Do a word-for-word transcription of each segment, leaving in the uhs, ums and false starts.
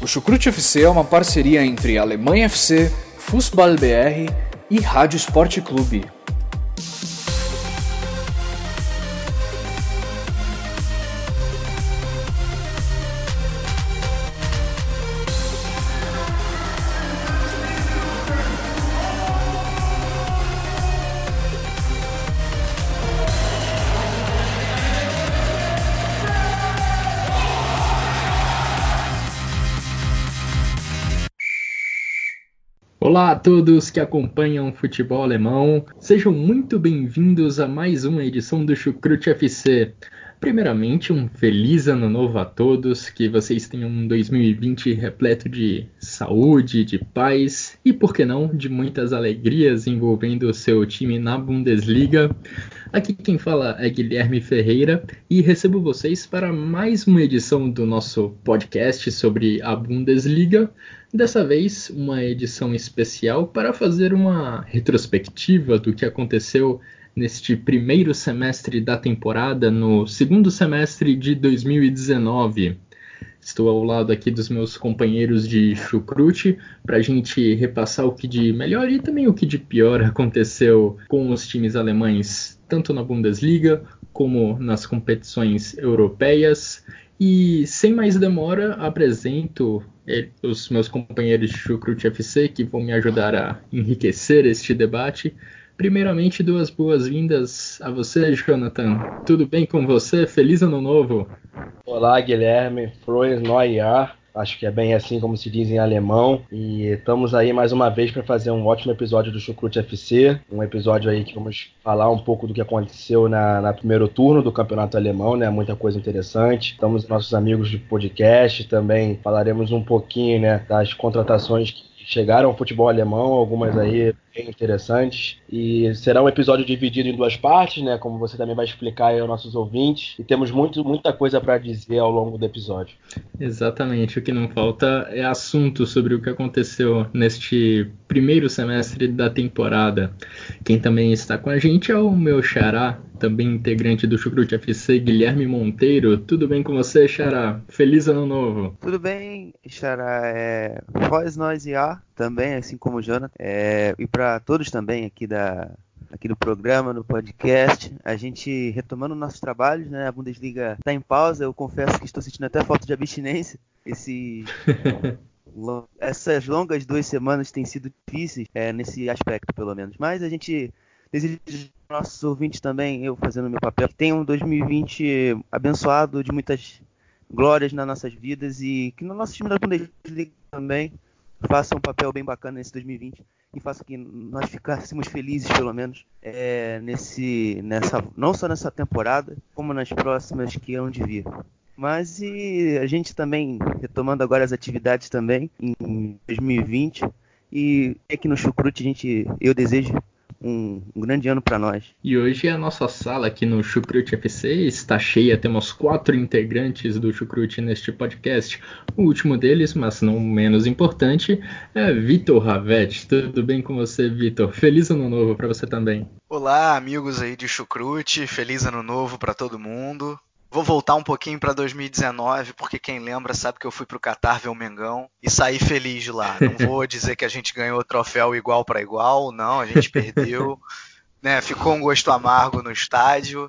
O Chucrute F C é uma parceria entre Alemanha F C, Fußball B R e Rádio Sport Clube. Olá a todos que acompanham o futebol alemão, sejam muito bem-vindos a mais uma edição do Chucrute F C. Primeiramente, um feliz ano novo a todos, que vocês tenham um dois mil e vinte repleto de saúde, de paz e, por que não, de muitas alegrias envolvendo o seu time na Bundesliga. Aqui quem fala é Guilherme Ferreira e recebo vocês para mais uma edição do nosso podcast sobre a Bundesliga. Dessa vez, uma edição especial para fazer uma retrospectiva do que aconteceu neste primeiro semestre da temporada, no segundo semestre de dois mil e dezenove. Estou ao lado aqui dos meus companheiros de Chucrute para a gente repassar o que de melhor e também o que de pior aconteceu com os times alemães, tanto na Bundesliga como nas competições europeias. E sem mais demora, apresento os meus companheiros de Chucrute F C que vão me ajudar a enriquecer este debate. Primeiramente, duas boas-vindas a você, Jonathan. Tudo bem com você? Feliz Ano Novo! Olá, Guilherme. Frohes Neujahr. Acho que é bem assim como se diz em alemão. E estamos aí mais uma vez para fazer um ótimo episódio do Chucrute F C. Um episódio aí que vamos falar um pouco do que aconteceu na, na primeiro turno do campeonato alemão, né? Muita coisa interessante. Estamos com nossos amigos de podcast. Também falaremos um pouquinho, né, das contratações que chegaram ao futebol alemão, algumas aí bem interessantes, e será um episódio dividido em duas partes, né, como você também vai explicar aí aos nossos ouvintes, e temos muito, muita coisa para dizer ao longo do episódio. Exatamente, o que não falta é assunto sobre o que aconteceu neste primeiro semestre da temporada. Quem também está com a gente é o meu xará, também integrante do Chucrute F C, Guilherme Monteiro. Tudo bem com você, xará? Feliz Ano Novo! Tudo bem, xará. É... Frohes Neujahr também, assim como o Jonathan. É... E para todos também aqui, da... aqui do programa, no podcast, a gente retomando nossos trabalhos, né? A Bundesliga está em pausa. Eu confesso que estou sentindo até falta de abstinência. Esse... Essas longas duas semanas têm sido difíceis, é, nesse aspecto, pelo menos. Mas a gente deseja aos nossos ouvintes também, eu fazendo meu papel, que tenham um dois mil e vinte abençoado, de muitas glórias nas nossas vidas, e que no nosso time da Bundesliga também faça um papel bem bacana nesse dois mil e vinte e faça que nós ficássemos felizes, pelo menos, é, nesse, nessa, não só nessa temporada, como nas próximas que hão de vir. Mas e a gente também, retomando agora as atividades também, em dois mil e vinte, e aqui no Chucrute a gente, eu desejo um, um grande ano para nós. E hoje a nossa sala aqui no Chucrute F C está cheia, temos quatro integrantes do Chucrute neste podcast. O último deles, mas não menos importante, é Vitor Ravetti. Tudo bem com você, Vitor? Feliz Ano Novo para você também. Olá, amigos aí de Chucrute, feliz Ano Novo para todo mundo. Vou voltar um pouquinho para dois mil e dezenove, porque quem lembra sabe que eu fui para o Catar ver o Mengão e saí feliz de lá. Não vou dizer que a gente ganhou o troféu igual para igual, não, a gente perdeu, né? Ficou um gosto amargo no estádio,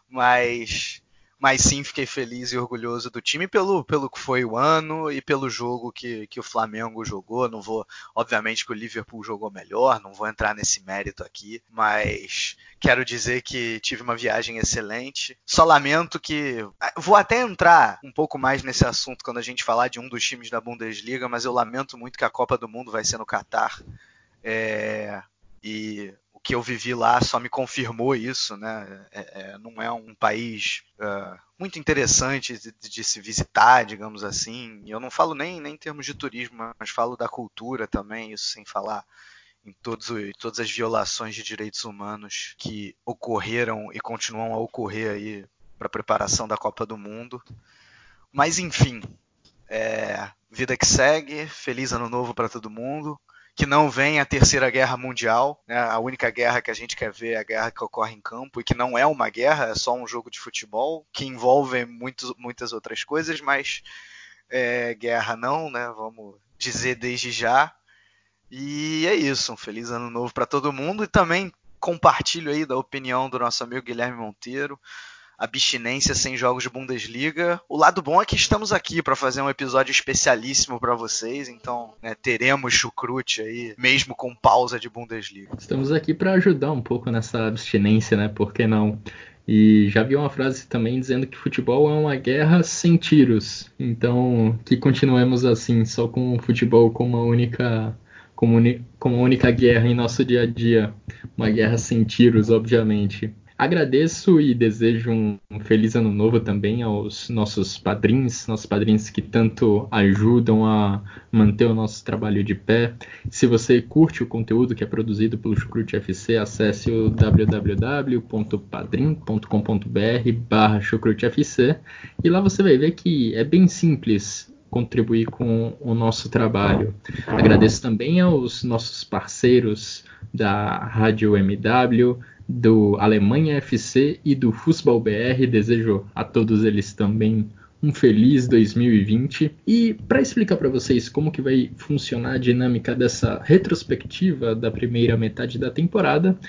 mas, mas sim, fiquei feliz e orgulhoso do time pelo, pelo que foi o ano e pelo jogo que, que o Flamengo jogou. Não vou, obviamente que o Liverpool jogou melhor, não vou entrar nesse mérito aqui, mas quero dizer que tive uma viagem excelente. Só lamento que... Vou até entrar um pouco mais nesse assunto quando a gente falar de um dos times da Bundesliga, mas eu lamento muito que a Copa do Mundo vai ser no Catar. É... E o que eu vivi lá só me confirmou isso, né? É, é, não é um país uh, muito interessante de, de se visitar, digamos assim. E eu não falo nem, nem em termos de turismo, mas falo da cultura também, isso sem falar em todos, todas as violações de direitos humanos que ocorreram e continuam a ocorrer aí para a preparação da Copa do Mundo. Mas enfim, é, vida que segue, feliz ano novo para todo mundo. Que não venha a terceira guerra mundial, né? A única guerra que a gente quer ver é a guerra que ocorre em campo, e que não é uma guerra, é só um jogo de futebol, que envolve muitos, muitas outras coisas, mas é, guerra não, né? Vamos dizer desde já. E é isso, um feliz ano novo para todo mundo e também compartilho aí da opinião do nosso amigo Guilherme Monteiro. Abstinência sem jogos de Bundesliga. O lado bom é que estamos aqui para fazer um episódio especialíssimo para vocês, então né, teremos chucrute aí, mesmo com pausa de Bundesliga. Estamos aqui para ajudar um pouco nessa abstinência, né? Por que não? E já vi uma frase também dizendo que futebol é uma guerra sem tiros. Então, que continuemos assim, só com o futebol como a única, como, como a única guerra em nosso dia a dia. Uma guerra sem tiros, obviamente. Agradeço e desejo um feliz ano novo também aos nossos padrinhos, nossos padrinhos que tanto ajudam a manter o nosso trabalho de pé. Se você curte o conteúdo que é produzido pelo Chucrute F C, acesse o w w w ponto padrim ponto com ponto b r barra chucrute f c e lá você vai ver que é bem simples contribuir com o nosso trabalho. Agradeço também aos nossos parceiros da Rádio M W, do Alemanha F C e do Fußball B R. Desejo a todos eles também um feliz dois mil e vinte. E para explicar para vocês como que vai funcionar a dinâmica dessa retrospectiva da primeira metade da temporada,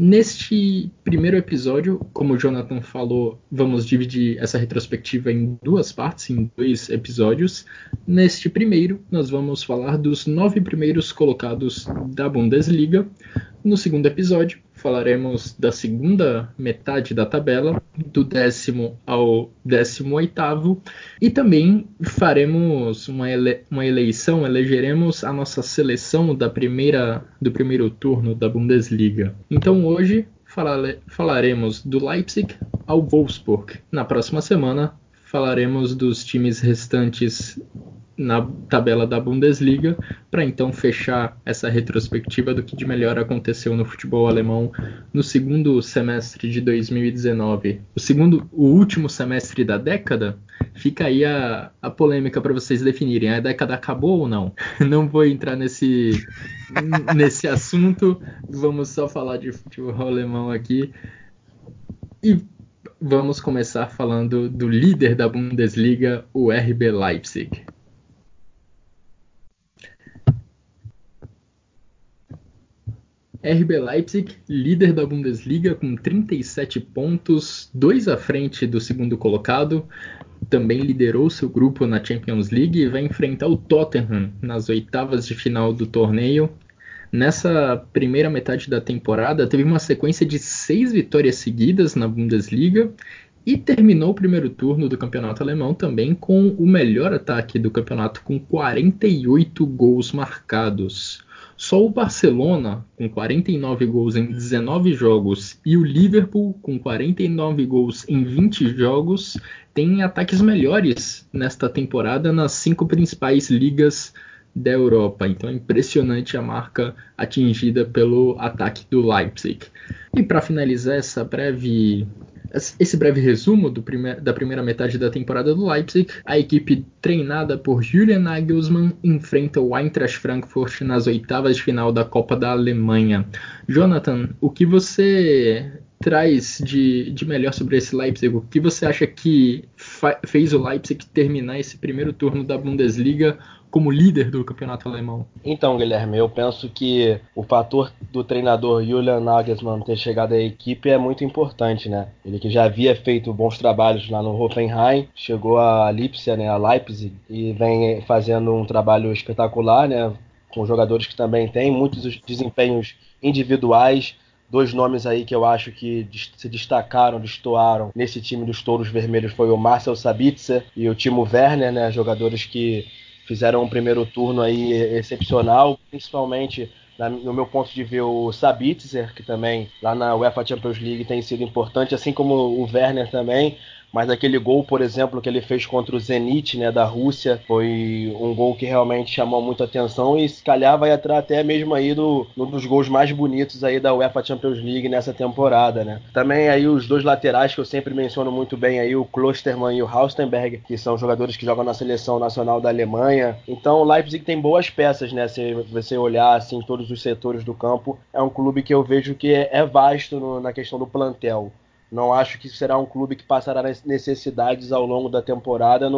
neste primeiro episódio, como o Jonathan falou, vamos dividir essa retrospectiva em duas partes, em dois episódios. Neste primeiro, nós vamos falar dos nove primeiros colocados da Bundesliga. No segundo episódio, falaremos da segunda metade da tabela, do décimo ao décimo oitavo, e também faremos uma, ele- uma eleição, elegeremos a nossa seleção da primeira, do primeiro turno da Bundesliga. Então hoje falale- falaremos do Leipzig ao Wolfsburg. Na próxima semana falaremos dos times restantes na tabela da Bundesliga, para então fechar essa retrospectiva do que de melhor aconteceu no futebol alemão no segundo semestre de dois mil e dezenove. O segundo, o último semestre da década, fica aí a, a polêmica para vocês definirem, a década acabou ou não? Não vou entrar nesse, nesse assunto, vamos só falar de futebol alemão aqui. E vamos começar falando do líder da Bundesliga, o R B Leipzig. R B Leipzig, líder da Bundesliga com trinta e sete pontos, dois à frente do segundo colocado, também liderou seu grupo na Champions League e vai enfrentar o Tottenham nas oitavas de final do torneio. Nessa primeira metade da temporada, teve uma sequência de seis vitórias seguidas na Bundesliga e terminou o primeiro turno do campeonato alemão também com o melhor ataque do campeonato, com quarenta e oito gols marcados. Só o Barcelona, com quarenta e nove gols em dezenove jogos, e o Liverpool, com quarenta e nove gols em vinte jogos, tem ataques melhores nesta temporada nas cinco principais ligas da Europa. Então é impressionante a marca atingida pelo ataque do Leipzig. E para finalizar essa breve... esse breve resumo do prime- da primeira metade da temporada do Leipzig, a equipe treinada por Julian Nagelsmann enfrenta o Eintracht Frankfurt nas oitavas de final da Copa da Alemanha. Jonathan, o que você traz de, de melhor sobre esse Leipzig? O que você acha que fa- fez o Leipzig terminar esse primeiro turno da Bundesliga como líder do campeonato alemão? Então, Guilherme, eu penso que o fator do treinador Julian Nagelsmann ter chegado à equipe é muito importante, né? Ele que já havia feito bons trabalhos lá no Hoffenheim, chegou a Leipzig, né, a Leipzig, e vem fazendo um trabalho espetacular, né, com jogadores que também têm muitos desempenhos individuais. Dois nomes aí que eu acho que se destacaram, destoaram nesse time dos Touros Vermelhos foi o Marcel Sabitzer e o Timo Werner, né, jogadores que fizeram um primeiro turno aí excepcional, principalmente no meu ponto de ver o Sabitzer, que também lá na UEFA Champions League tem sido importante, assim como o Werner também, mas aquele gol, por exemplo, que ele fez contra o Zenit, né, da Rússia, foi um gol que realmente chamou muita atenção e se calhar vai entrar até mesmo aí no, no dos gols mais bonitos aí da UEFA Champions League nessa temporada, né. Também aí os dois laterais que eu sempre menciono muito bem aí, o Klostermann e o Haustenberg, que são jogadores que jogam na seleção nacional da Alemanha. Então o Leipzig tem boas peças, né, se você olhar assim todos os setores do campo, é um clube que eu vejo que é, é vasto no, na questão do plantel. Não acho que será um clube que passará necessidades ao longo da temporada no,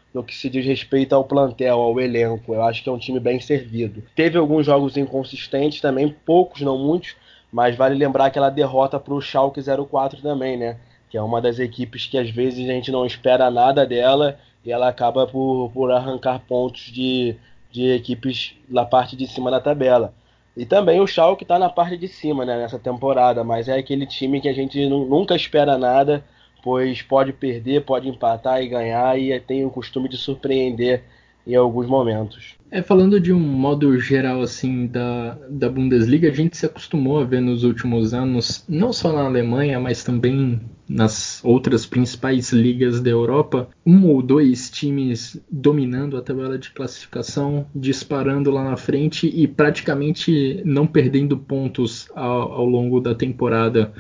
no que se diz respeito ao plantel, ao elenco. Eu acho que é um time bem servido. Teve alguns jogos inconsistentes também, poucos, não muitos, mas vale lembrar aquela derrota para o Schalke zero quatro também, né? Que é uma das equipes que às vezes a gente não espera nada dela e ela acaba por, por arrancar pontos de, de equipes na parte de cima da tabela. E também o Schalke está na parte de cima, né, nessa temporada, mas é aquele time que a gente nunca espera nada, pois pode perder, pode empatar e ganhar, e tem o costume de surpreender em alguns momentos. É, falando de um modo geral assim da, da Bundesliga, a gente se acostumou a ver nos últimos anos, não só na Alemanha, mas também nas outras principais ligas da Europa, um ou dois times dominando a tabela de classificação, disparando lá na frente e praticamente não perdendo pontos ao, ao longo da temporada.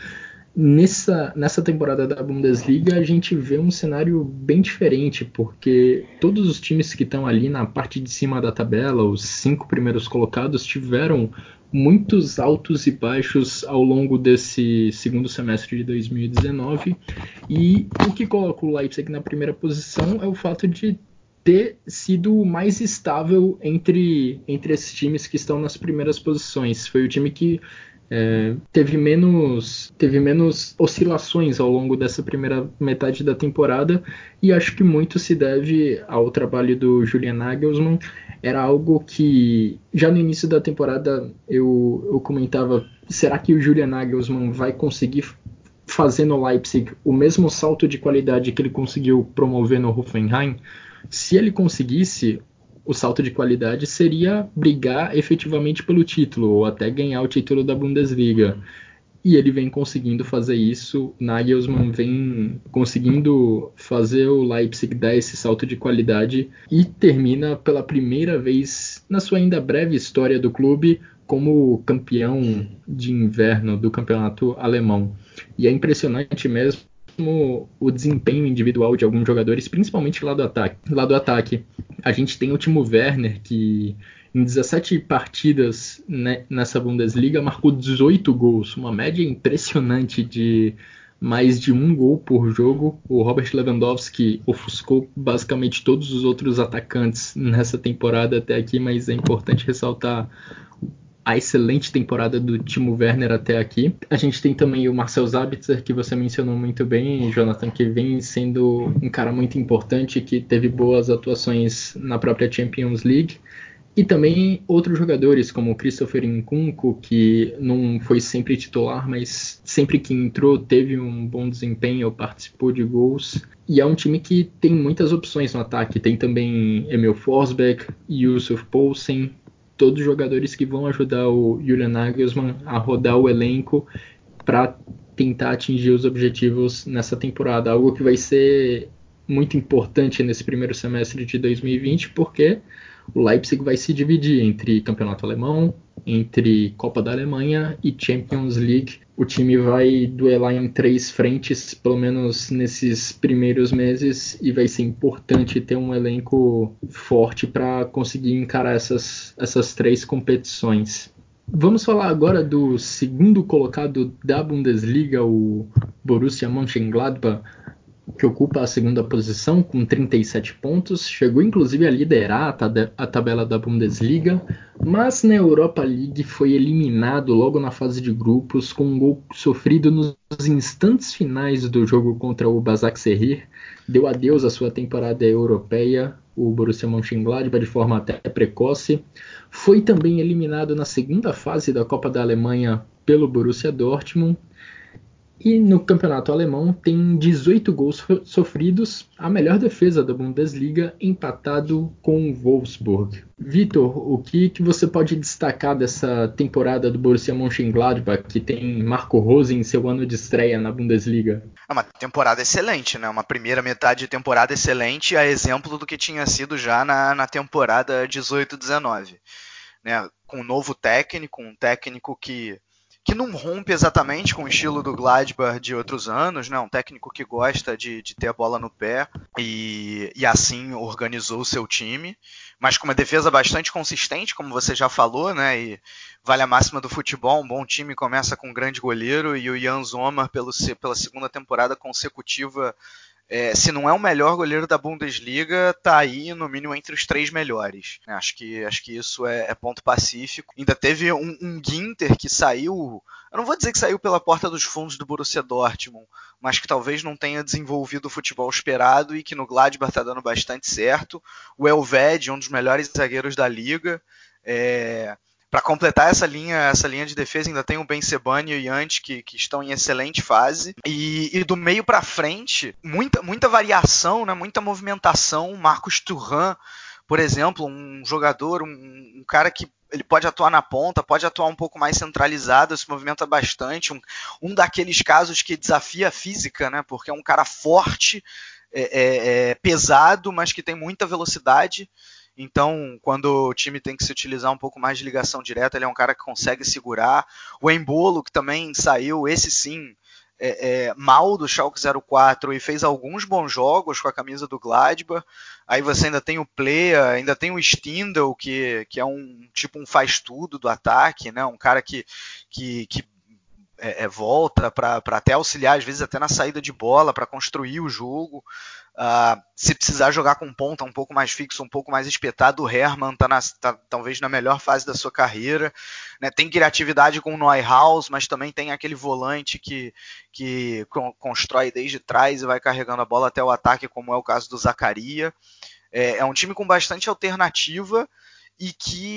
Nessa, nessa temporada da Bundesliga a gente vê um cenário bem diferente, porque todos os times que estão ali na parte de cima da tabela, os cinco primeiros colocados, tiveram muitos altos e baixos ao longo desse segundo semestre de dois mil e dezenove, e o que coloca o Leipzig na primeira posição é o fato de ter sido o mais estável entre, entre esses times que estão nas primeiras posições. Foi o time que É, teve, menos, teve menos oscilações ao longo dessa primeira metade da temporada, e acho que muito se deve ao trabalho do Julian Nagelsmann. Era algo que já no início da temporada eu, eu comentava, será que o Julian Nagelsmann vai conseguir fazer no Leipzig o mesmo salto de qualidade que ele conseguiu promover no Hoffenheim? Se ele conseguisse, o salto de qualidade seria brigar efetivamente pelo título, ou até ganhar o título da Bundesliga. E ele vem conseguindo fazer isso, Nagelsmann vem conseguindo fazer o Leipzig dar esse salto de qualidade e termina pela primeira vez na sua ainda breve história do clube como campeão de inverno do campeonato alemão. E é impressionante mesmo o desempenho individual de alguns jogadores, principalmente lá do ataque. Lá do ataque, a gente tem o Timo Werner, que em dezessete partidas, né, nessa Bundesliga marcou dezoito gols, uma média impressionante de mais de um gol por jogo. O Robert Lewandowski ofuscou basicamente todos os outros atacantes nessa temporada até aqui, mas é importante ressaltar a excelente temporada do Timo Werner até aqui. A gente tem também o Marcel Sabitzer, que você mencionou muito bem, Jonathan, que vem sendo um cara muito importante, que teve boas atuações na própria Champions League. E também outros jogadores, como o Christopher Nkunku, que não foi sempre titular, mas sempre que entrou teve um bom desempenho, participou de gols. E é um time que tem muitas opções no ataque. Tem também Emil Forsberg, Yusuf Poulsen, todos jogadores que vão ajudar o Julian Nagelsmann a rodar o elenco para tentar atingir os objetivos nessa temporada. Algo que vai ser muito importante nesse primeiro semestre de dois mil e vinte, porque o Leipzig vai se dividir entre campeonato alemão, entre Copa da Alemanha e Champions League. O time vai duelar em três frentes, pelo menos nesses primeiros meses, e vai ser importante ter um elenco forte para conseguir encarar essas, essas três competições. Vamos falar agora do segundo colocado da Bundesliga, o Borussia Mönchengladbach, que ocupa a segunda posição com trinta e sete pontos, chegou inclusive a liderar a tabela da Bundesliga, mas na Europa League foi eliminado logo na fase de grupos com um gol sofrido nos instantes finais do jogo contra o Başakşehir. Deu adeus à sua temporada europeia, o Borussia Mönchengladbach, de forma até precoce. Foi também eliminado na segunda fase da Copa da Alemanha pelo Borussia Dortmund. E no campeonato alemão tem dezoito gols sofridos, a melhor defesa da Bundesliga, empatado com o Wolfsburg. Vitor, o que, que você pode destacar dessa temporada do Borussia Mönchengladbach, que tem Marco Rose em seu ano de estreia na Bundesliga? É uma temporada excelente, né? Uma primeira metade de temporada excelente, a exemplo do que tinha sido já na, na temporada dezoito dezenove. Né? Com um novo técnico, um técnico que... que não rompe exatamente com o estilo do Gladbach de outros anos, né? Um técnico que gosta de, de ter a bola no pé e, e assim organizou o seu time, mas com uma defesa bastante consistente, como você já falou, né? E vale a máxima do futebol, um bom time começa com um grande goleiro, e o Jan Sommer, pelo, pela segunda temporada consecutiva, é, se não é o melhor goleiro da Bundesliga, tá aí no mínimo entre os três melhores. Acho que, acho que isso é, é ponto pacífico. Ainda teve um, um Ginter que saiu, eu não vou dizer que saiu pela porta dos fundos do Borussia Dortmund, mas que talvez não tenha desenvolvido o futebol esperado e que no Gladbach está dando bastante certo. O Elvedi, um dos melhores zagueiros da liga. É... Para completar essa linha, essa linha de defesa, ainda tem o Ben Sebaini e o Yant, que, que estão em excelente fase. E, e do meio para frente, muita, muita variação, né? Muita movimentação. Marcos Thuram, por exemplo, um jogador, um, um cara que ele pode atuar na ponta, pode atuar um pouco mais centralizado, se movimenta bastante. Um, um daqueles casos que desafia a física, né? Porque é um cara forte, é, é, é pesado, mas que tem muita velocidade. Então, quando o time tem que se utilizar um pouco mais de ligação direta, ele é um cara que consegue segurar. O Embolo, que também saiu, esse sim, é, é, mal do Schalke zero quatro e fez alguns bons jogos com a camisa do Gladbach. Aí você ainda tem o Plea, ainda tem o Stindl, que, que é um tipo um faz-tudo do ataque, né? Um cara que, que, que é, é, volta para até auxiliar, às vezes até na saída de bola, para construir o jogo. Uh, se precisar jogar com ponta um pouco mais fixo, um pouco mais espetado, o Hermann está tá, talvez na melhor fase da sua carreira, né? Tem criatividade com o Neuhaus, mas também tem aquele volante que, que con- constrói desde trás e vai carregando a bola até o ataque, como é o caso do Zakaria. É, é um time com bastante alternativa e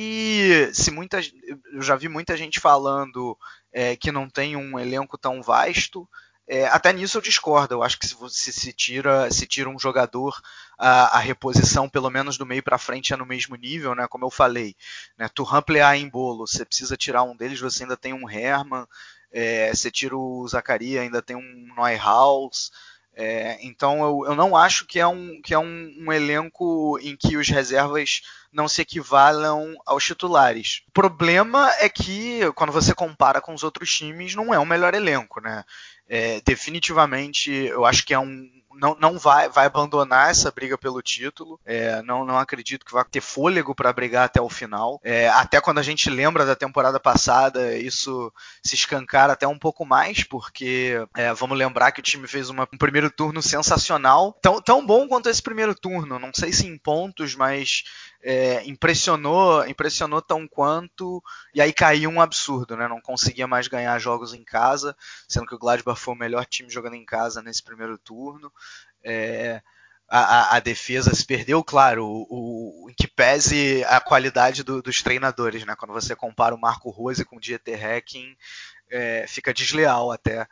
que se muita, eu já vi muita gente falando é, que não tem um elenco tão vasto. É, até nisso eu discordo. Eu acho que se você se tira, se tira um jogador, a, a reposição, pelo menos do meio para frente, é no mesmo nível, né? Como eu falei, né? Thuram, Plea e Embolo, você precisa tirar um deles, você ainda tem um Hermann, é, você tira o Zakaria, ainda tem um Neuhaus. É, então eu, eu não acho que é, um, que é um, um elenco em que os reservas não se equivalam aos titulares. O problema é que, quando você compara com os outros times, não é o melhor elenco, né? É, definitivamente, eu acho que é um, não, não vai, vai abandonar essa briga pelo título. É, não, não acredito que vai ter fôlego para brigar até o final. É, até quando a gente lembra da temporada passada, isso se escancara até um pouco mais, porque é, vamos lembrar que o time fez uma, um primeiro turno sensacional, tão, tão bom quanto esse primeiro turno. Não sei se em pontos, mas É, impressionou, impressionou tão quanto, e aí caiu um absurdo, né? Não conseguia mais ganhar jogos em casa, sendo que o Gladbach foi o melhor time jogando em casa nesse primeiro turno. É, a, a, a defesa se perdeu, claro, o, o, em que pese a qualidade do, dos treinadores, né? Quando você compara o Marco Rose com o Dieter Hecking, é, fica desleal até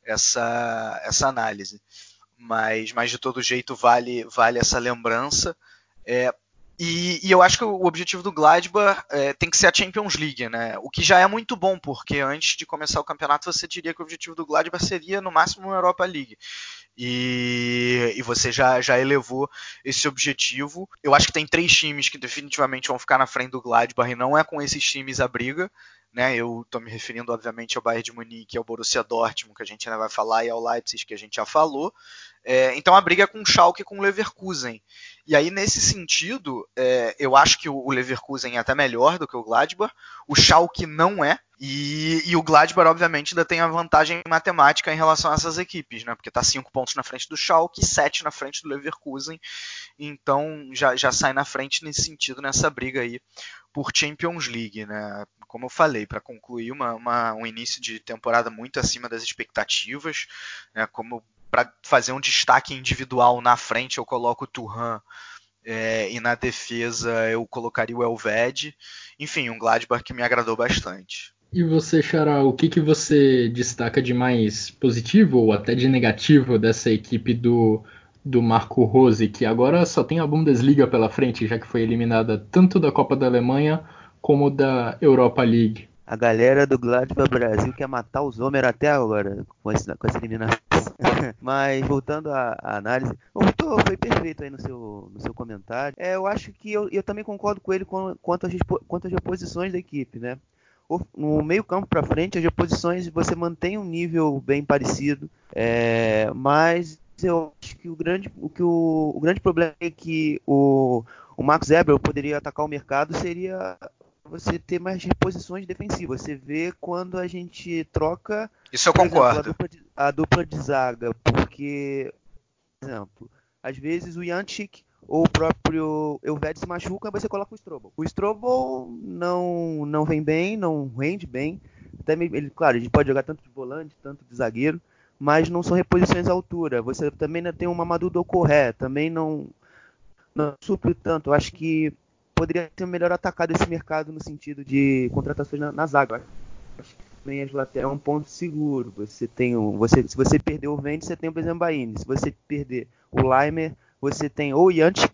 essa, essa análise. Mas, mas de todo jeito vale, vale essa lembrança. É, E, e eu acho que o objetivo do Gladbach é, tem que ser a Champions League, né? O que já é muito bom, porque antes de começar o campeonato você diria que o objetivo do Gladbach seria no máximo uma Europa League. E, e você já, já elevou esse objetivo. Eu acho que tem três times que definitivamente vão ficar na frente do Gladbach e não é com esses times a briga. Né, eu estou me referindo, obviamente, ao Bayern de Munique, ao Borussia Dortmund, que a gente ainda vai falar, e ao Leipzig, que a gente já falou. É, então a briga é com o Schalke e com o Leverkusen. E aí, nesse sentido, é, eu acho que o Leverkusen é até melhor do que o Gladbach. O Schalke não é. E, e o Gladbach, obviamente, ainda tem a vantagem matemática em relação a essas equipes, né? Porque está cinco pontos na frente do Schalke e sete na frente do Leverkusen. Então já, já sai na frente nesse sentido, nessa briga aí por Champions League, né? Como eu falei, para concluir uma, uma, um início de temporada muito acima das expectativas, né? Como para fazer um destaque individual na frente eu coloco o Thuram, é, e na defesa eu colocaria o Elvedi. Enfim, um Gladbach que me agradou bastante. E você, Xará, o que, que você destaca de mais positivo ou até de negativo dessa equipe do, do Marco Rose, que agora só tem a Bundesliga pela frente, já que foi eliminada tanto da Copa da Alemanha como da Europa League? A galera do Gladbach Brasil quer matar o Zomer até agora com, esse, com essa eliminação. Mas voltando à, à análise, o Vitor foi perfeito aí no seu, no seu comentário. É, eu acho que eu, eu também concordo com ele com, quanto, às, quanto às reposições da equipe, né? No meio campo para frente, as reposições você mantém um nível bem parecido, é, mas eu acho que o grande, o, que o, o grande problema é que o, o Max Eberl poderia atacar o mercado seria você ter mais reposições defensivas. Você vê quando a gente troca... Isso eu concordo. Exemplo, a, dupla de, a dupla de zaga, porque exemplo, às vezes o Jančić ou o próprio Elvedi se machuca, e você coloca o Strobel. O Strobel não, não vem bem, não rende bem. Até mesmo, ele, claro, a gente pode jogar tanto de volante, tanto de zagueiro, mas não são reposições à altura. Você também ainda tem uma Mamadou Doucouré, também não, não supre tanto. Eu acho que poderia ter melhor atacado esse mercado no sentido de contratações na, na zaga. Acho que também as laterais é um ponto seguro. Você tem o, você, se você perder o Vende, você tem o Bezembaini. Se você perder o Laimer, você tem ou o Jančić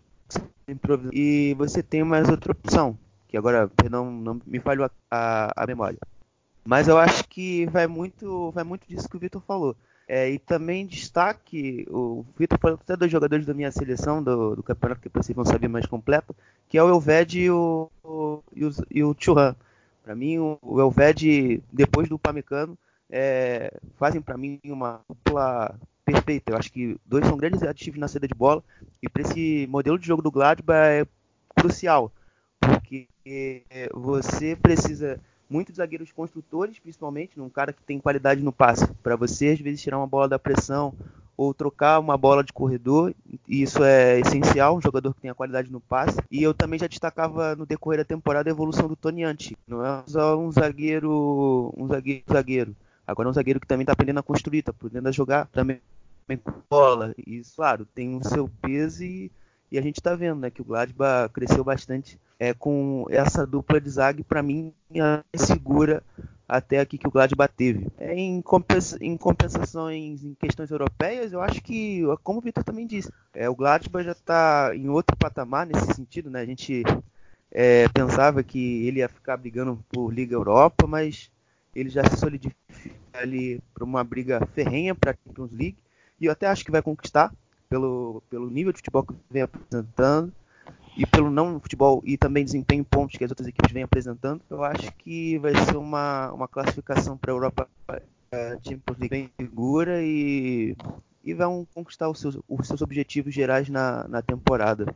e você tem mais outra opção, que agora, perdão, não me falhou a, a, a memória. Mas eu acho que vai muito, vai muito disso que o Vitor falou. É, e também destaque, o Vitor falou até dos jogadores da minha seleção, do, do campeonato que vocês vão saber mais completo, que é o Elvedi e o, o, e o, e o Thuram. Para mim, o, o Elvedi, depois do Upamecano, é, fazem para mim uma dupla perfeita. Eu acho que dois são grandes ativos na saída de bola, e para esse modelo de jogo do Gladbach é crucial, porque é, você precisa muito de zagueiros construtores, principalmente, num cara que tem qualidade no passe, para você às vezes tirar uma bola da pressão ou trocar uma bola de corredor, e isso é essencial, um jogador que tenha qualidade no passe. E eu também já destacava no decorrer da temporada a evolução do Tony Jančić. Não é só um zagueiro, um zagueiro, zagueiro. Agora é um zagueiro que também está aprendendo a construir, está aprendendo a jogar também com bola. E, claro, tem o seu peso e, e a gente está vendo, né, que o Gladbach cresceu bastante é, com essa dupla de zague. Para mim, é segura até aqui que o Gladbach teve. É, em, compensa, em compensações em questões europeias, eu acho que, como o Vitor também disse, é, o Gladbach já está em outro patamar nesse sentido, né? A gente é, pensava que ele ia ficar brigando por Liga Europa, mas ele já se solidifica ali para uma briga ferrenha para a Champions League, e eu até acho que vai conquistar pelo, pelo nível de futebol que vem apresentando e pelo não futebol e também desempenho em pontos que as outras equipes vêm apresentando. Eu acho que vai ser uma, uma classificação para a Europa Champions League bem segura, e, e vão conquistar os seus, os seus objetivos gerais na, na temporada.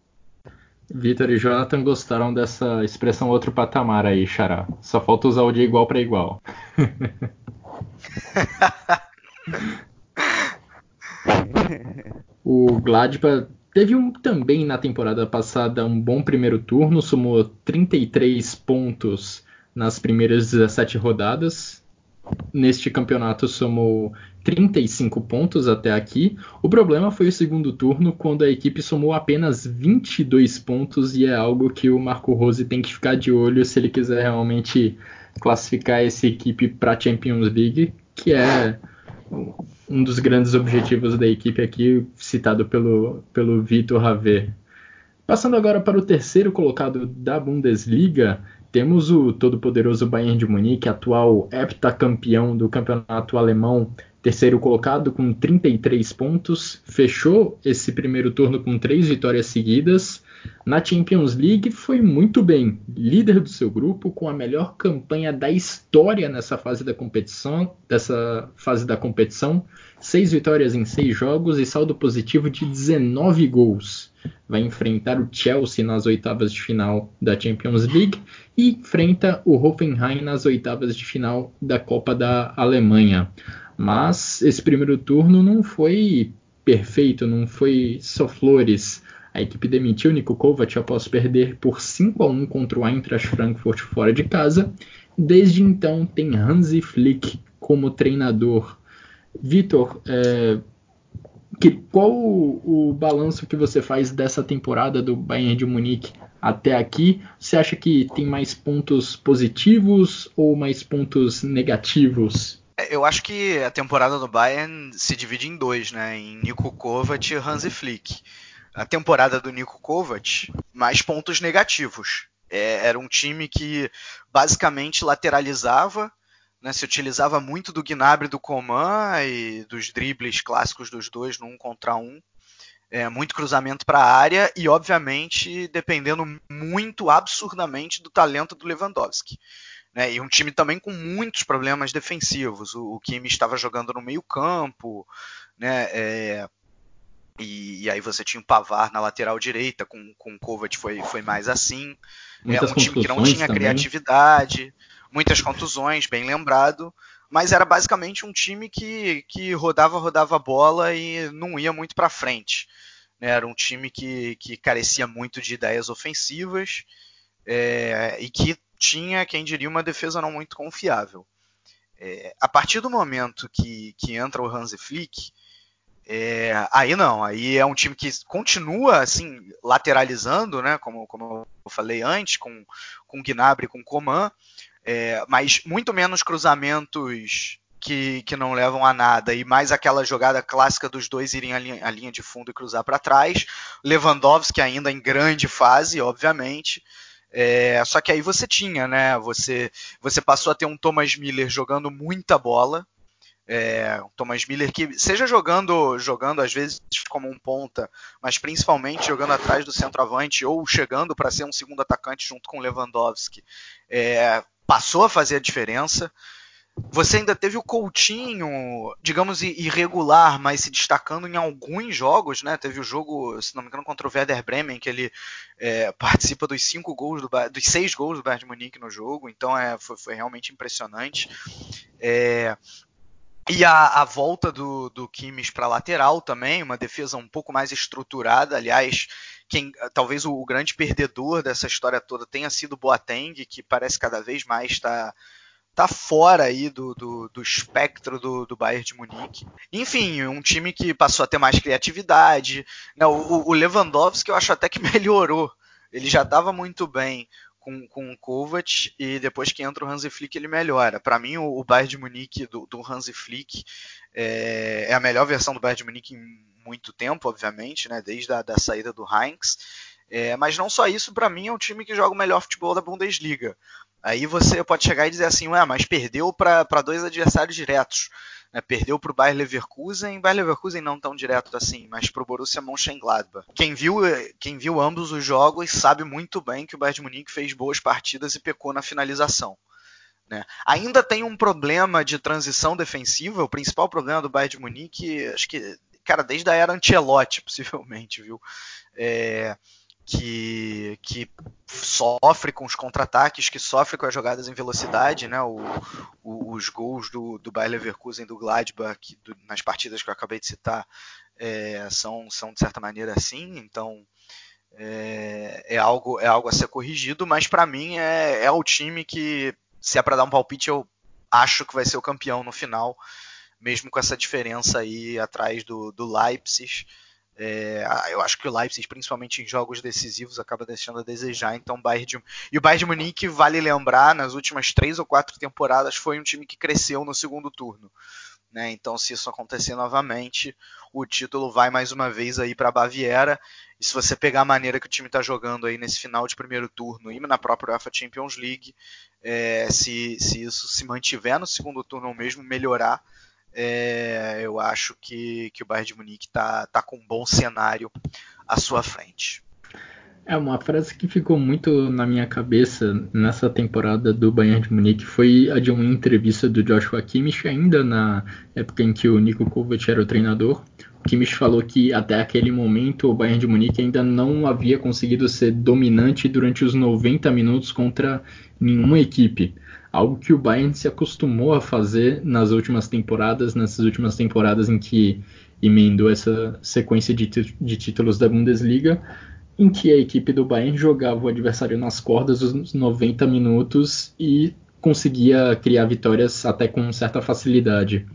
Vitor e Jonathan gostaram dessa expressão outro patamar aí, Xará. Só falta usar o de igual para igual. O Gladbach teve um, também na temporada passada um bom primeiro turno, somou trinta e três pontos nas primeiras dezessete rodadas. Neste campeonato somou trinta e cinco pontos até aqui. O problema foi o segundo turno, quando a equipe somou apenas vinte e dois pontos, e é algo que o Marco Rose tem que ficar de olho se ele quiser realmente classificar essa equipe para a Champions League, que é um dos grandes objetivos da equipe aqui, citado pelo, pelo Vitor Haver. Passando agora para o terceiro colocado da Bundesliga, temos o todo-poderoso Bayern de Munique, atual heptacampeão do campeonato alemão, terceiro colocado com trinta e três pontos, fechou esse primeiro turno com três vitórias seguidas. Na Champions League foi muito bem, líder do seu grupo, com a melhor campanha da história nessa fase da competição, dessa fase da competição, seis vitórias em seis jogos e saldo positivo de dezenove gols. Vai enfrentar o Chelsea nas oitavas de final da Champions League e enfrenta o Hoffenheim nas oitavas de final da Copa da Alemanha. Mas esse primeiro turno não foi perfeito, não foi só flores. A equipe demitiu Niko Kovac após perder por cinco a um contra o Eintracht Frankfurt fora de casa. Desde então tem Hansi Flick como treinador. Vitor, é, que, qual o, o balanço que você faz dessa temporada do Bayern de Munique até aqui? Você acha que tem mais pontos positivos ou mais pontos negativos? Eu acho que a temporada do Bayern se divide em dois, né? Em Niko Kovac e Hansi Flick. A temporada do Niko Kovac, mais pontos negativos. É, era um time que basicamente lateralizava, né, se utilizava muito do Gnabry e do Coman e dos dribles clássicos dos dois no um contra um. É, muito cruzamento para a área e, obviamente, dependendo muito, absurdamente, do talento do Lewandowski. Né, e um time também com muitos problemas defensivos. O, o Kimmich estava jogando no meio campo, né, é, e, e aí você tinha o Pavard na lateral direita, com, com o Kovac foi, foi mais assim. É um time que não tinha também criatividade, muitas contusões, bem lembrado, mas era basicamente um time que, que rodava, rodava a bola e não ia muito para frente. Né? Era um time que, que carecia muito de ideias ofensivas é, e que tinha, quem diria, uma defesa não muito confiável. É, a partir do momento que, que entra o Hansi Flick, é, aí não, aí é um time que continua assim, lateralizando, né, como, como eu falei antes, com, com Gnabry e com Coman, é, mas muito menos cruzamentos que, que não levam a nada, e mais aquela jogada clássica dos dois irem à linha, à linha de fundo e cruzar para trás. Lewandowski ainda em grande fase, obviamente. É, só que aí você tinha, né? Você, você passou a ter um Thomas Müller jogando muita bola. É, um Thomas Müller que seja jogando, jogando às vezes como um ponta, mas principalmente jogando atrás do centroavante ou chegando para ser um segundo atacante junto com o Lewandowski, é, passou a fazer a diferença. Você ainda teve o Coutinho, digamos, irregular, mas se destacando em alguns jogos, né? Teve o jogo, se não me engano, contra o Werder Bremen, que ele é, participa dos cinco gols, do, dos seis gols do Bayern de Munique no jogo, então é, foi, foi realmente impressionante. É, e a, a volta do, do Kimmich para lateral também, uma defesa um pouco mais estruturada, aliás, quem, talvez o, o grande perdedor dessa história toda tenha sido o Boateng, que parece cada vez mais estar... Tá, tá fora aí do, do, do espectro do, do Bayern de Munique. Enfim, um time que passou a ter mais criatividade. Né? O, o Lewandowski eu acho até que melhorou. Ele já estava muito bem com, com o Kovac e depois que entra o Hansi Flick ele melhora. Para mim o, o Bayern de Munique do, do Hansi Flick é, é a melhor versão do Bayern de Munique em muito tempo, obviamente, né? Desde a da saída do Heinz. É, mas não só isso, para mim é um time que joga o melhor futebol da Bundesliga. Aí você pode chegar e dizer assim, ué, mas perdeu para dois adversários diretos. Né? Perdeu para o Bayer Leverkusen, Bayer Leverkusen não tão direto assim, mas para o Borussia Mönchengladbach. Quem viu, quem viu ambos os jogos sabe muito bem que o Bayern de Munique fez boas partidas e pecou na finalização. Né? Ainda tem um problema de transição defensiva, o principal problema do Bayern de Munique, acho que, cara, desde a era Ancelotti, possivelmente, viu? É... Que, que sofre com os contra-ataques, que sofre com as jogadas em velocidade, né? o, o, os gols do, do Bayer Leverkusen, do Gladbach, que, do, nas partidas que eu acabei de citar, é, são, são de certa maneira assim, então é, é, algo, é algo a ser corrigido, mas para mim é, é o time que, se é para dar um palpite, eu acho que vai ser o campeão no final, mesmo com essa diferença aí atrás do, do Leipzig. É, eu acho que o Leipzig, principalmente em jogos decisivos, acaba deixando a desejar. Então, Bayern de... E o Bayern de Munique, vale lembrar, nas últimas três ou quatro temporadas foi um time que cresceu no segundo turno. Né? Então, se isso acontecer novamente, o título vai mais uma vez aí para a Baviera. E se você pegar a maneira que o time está jogando aí nesse final de primeiro turno e na própria UEFA Champions League, é, se, se isso se mantiver no segundo turno ou mesmo melhorar, É, eu acho que, que o Bayern de Munique está tá com um bom cenário à sua frente. É uma frase que ficou muito na minha cabeça nessa temporada do Bayern de Munique, foi a de uma entrevista do Joshua Kimmich, ainda na época em que o Niko Kovac era o treinador. O Kimmich falou que até aquele momento o Bayern de Munique ainda não havia conseguido ser dominante durante os noventa minutos contra nenhuma equipe. Algo que o Bayern se acostumou a fazer nas últimas temporadas, nessas últimas temporadas em que emendou essa sequência de, t- de títulos da Bundesliga, em que a equipe do Bayern jogava o adversário nas cordas os noventa minutos e conseguia criar vitórias até com certa facilidade.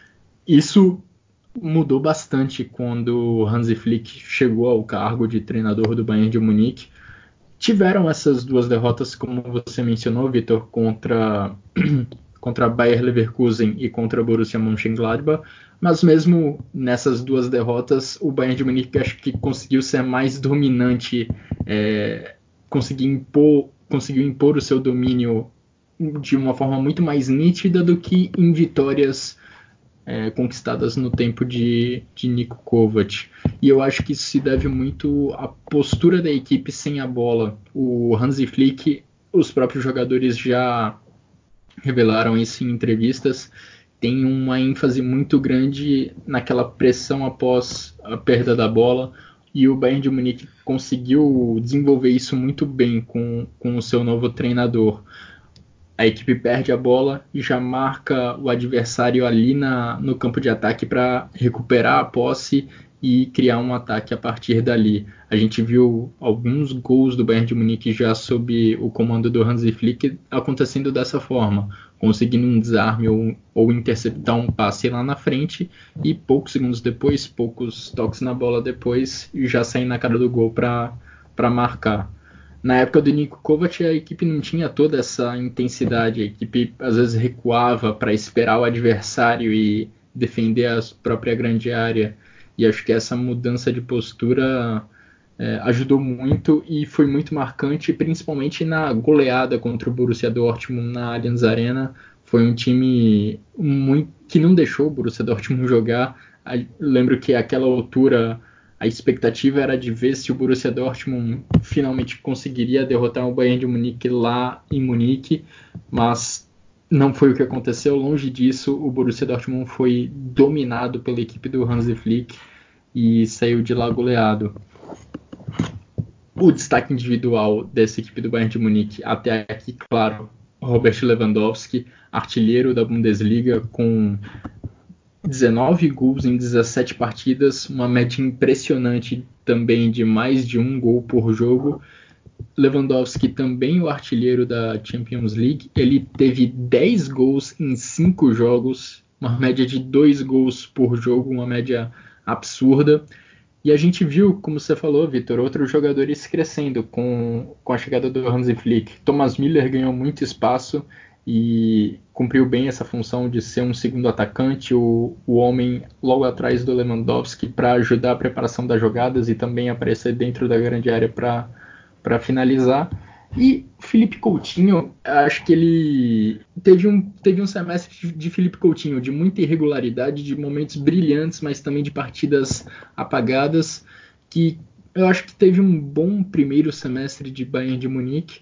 Isso mudou bastante quando o Hansi Flick chegou ao cargo de treinador do Bayern de Munique. Tiveram essas duas derrotas, como você mencionou, Vitor, contra, contra Bayer Leverkusen e contra Borussia Mönchengladbach, mas mesmo nessas duas derrotas, o Bayern de Munique acho que conseguiu ser mais dominante, é, conseguiu, impor, conseguiu impor o seu domínio de uma forma muito mais nítida do que em vitórias É, conquistadas no tempo de, de Niko Kovac. E eu acho que isso se deve muito à postura da equipe sem a bola. O Hansi Flick, os próprios jogadores já revelaram isso em entrevistas, tem uma ênfase muito grande naquela pressão após a perda da bola, e o Bayern de Munique conseguiu desenvolver isso muito bem com, com o seu novo treinador. a equipe perde a bola e já marca o adversário ali na, no campo de ataque para recuperar a posse e criar um ataque a partir dali. A gente viu alguns gols do Bayern de Munique já sob o comando do Hansi Flick acontecendo dessa forma, conseguindo um desarme ou, ou interceptar um passe lá na frente e poucos segundos depois, poucos toques na bola depois, já sair na cara do gol para marcar. Na época do Niko Kovac, a equipe não tinha toda essa intensidade, a equipe às vezes recuava para esperar o adversário e defender a própria grande área. E acho que essa mudança de postura é, ajudou muito e foi muito marcante, principalmente na goleada contra o Borussia Dortmund na Allianz Arena. Foi um time muito, que não deixou o Borussia Dortmund jogar. Eu lembro que àquela altura a expectativa era de ver se o Borussia Dortmund finalmente conseguiria derrotar o Bayern de Munique lá em Munique, mas não foi o que aconteceu. Longe disso, o Borussia Dortmund foi dominado pela equipe do Hansi Flick e saiu de lá goleado. O destaque individual dessa equipe do Bayern de Munique, até aqui, claro, Robert Lewandowski, artilheiro da Bundesliga, com dezenove gols em dezessete partidas, uma média impressionante também de mais de um gol por jogo. Lewandowski também o artilheiro da Champions League, ele teve dez gols em cinco jogos, uma média de dois gols por jogo, uma média absurda. E a gente viu, como você falou, Vitor, outros jogadores crescendo com, com a chegada do Hansi Flick. Thomas Müller ganhou muito espaço e cumpriu bem essa função de ser um segundo atacante, o, o homem logo atrás do Lewandowski para ajudar a preparação das jogadas e também aparecer dentro da grande área para para finalizar. E Felipe Coutinho, acho que ele teve um, teve um semestre de Felipe Coutinho de muita irregularidade, de momentos brilhantes, mas também de partidas apagadas, que eu acho que teve um bom primeiro semestre de Bayern de Munique,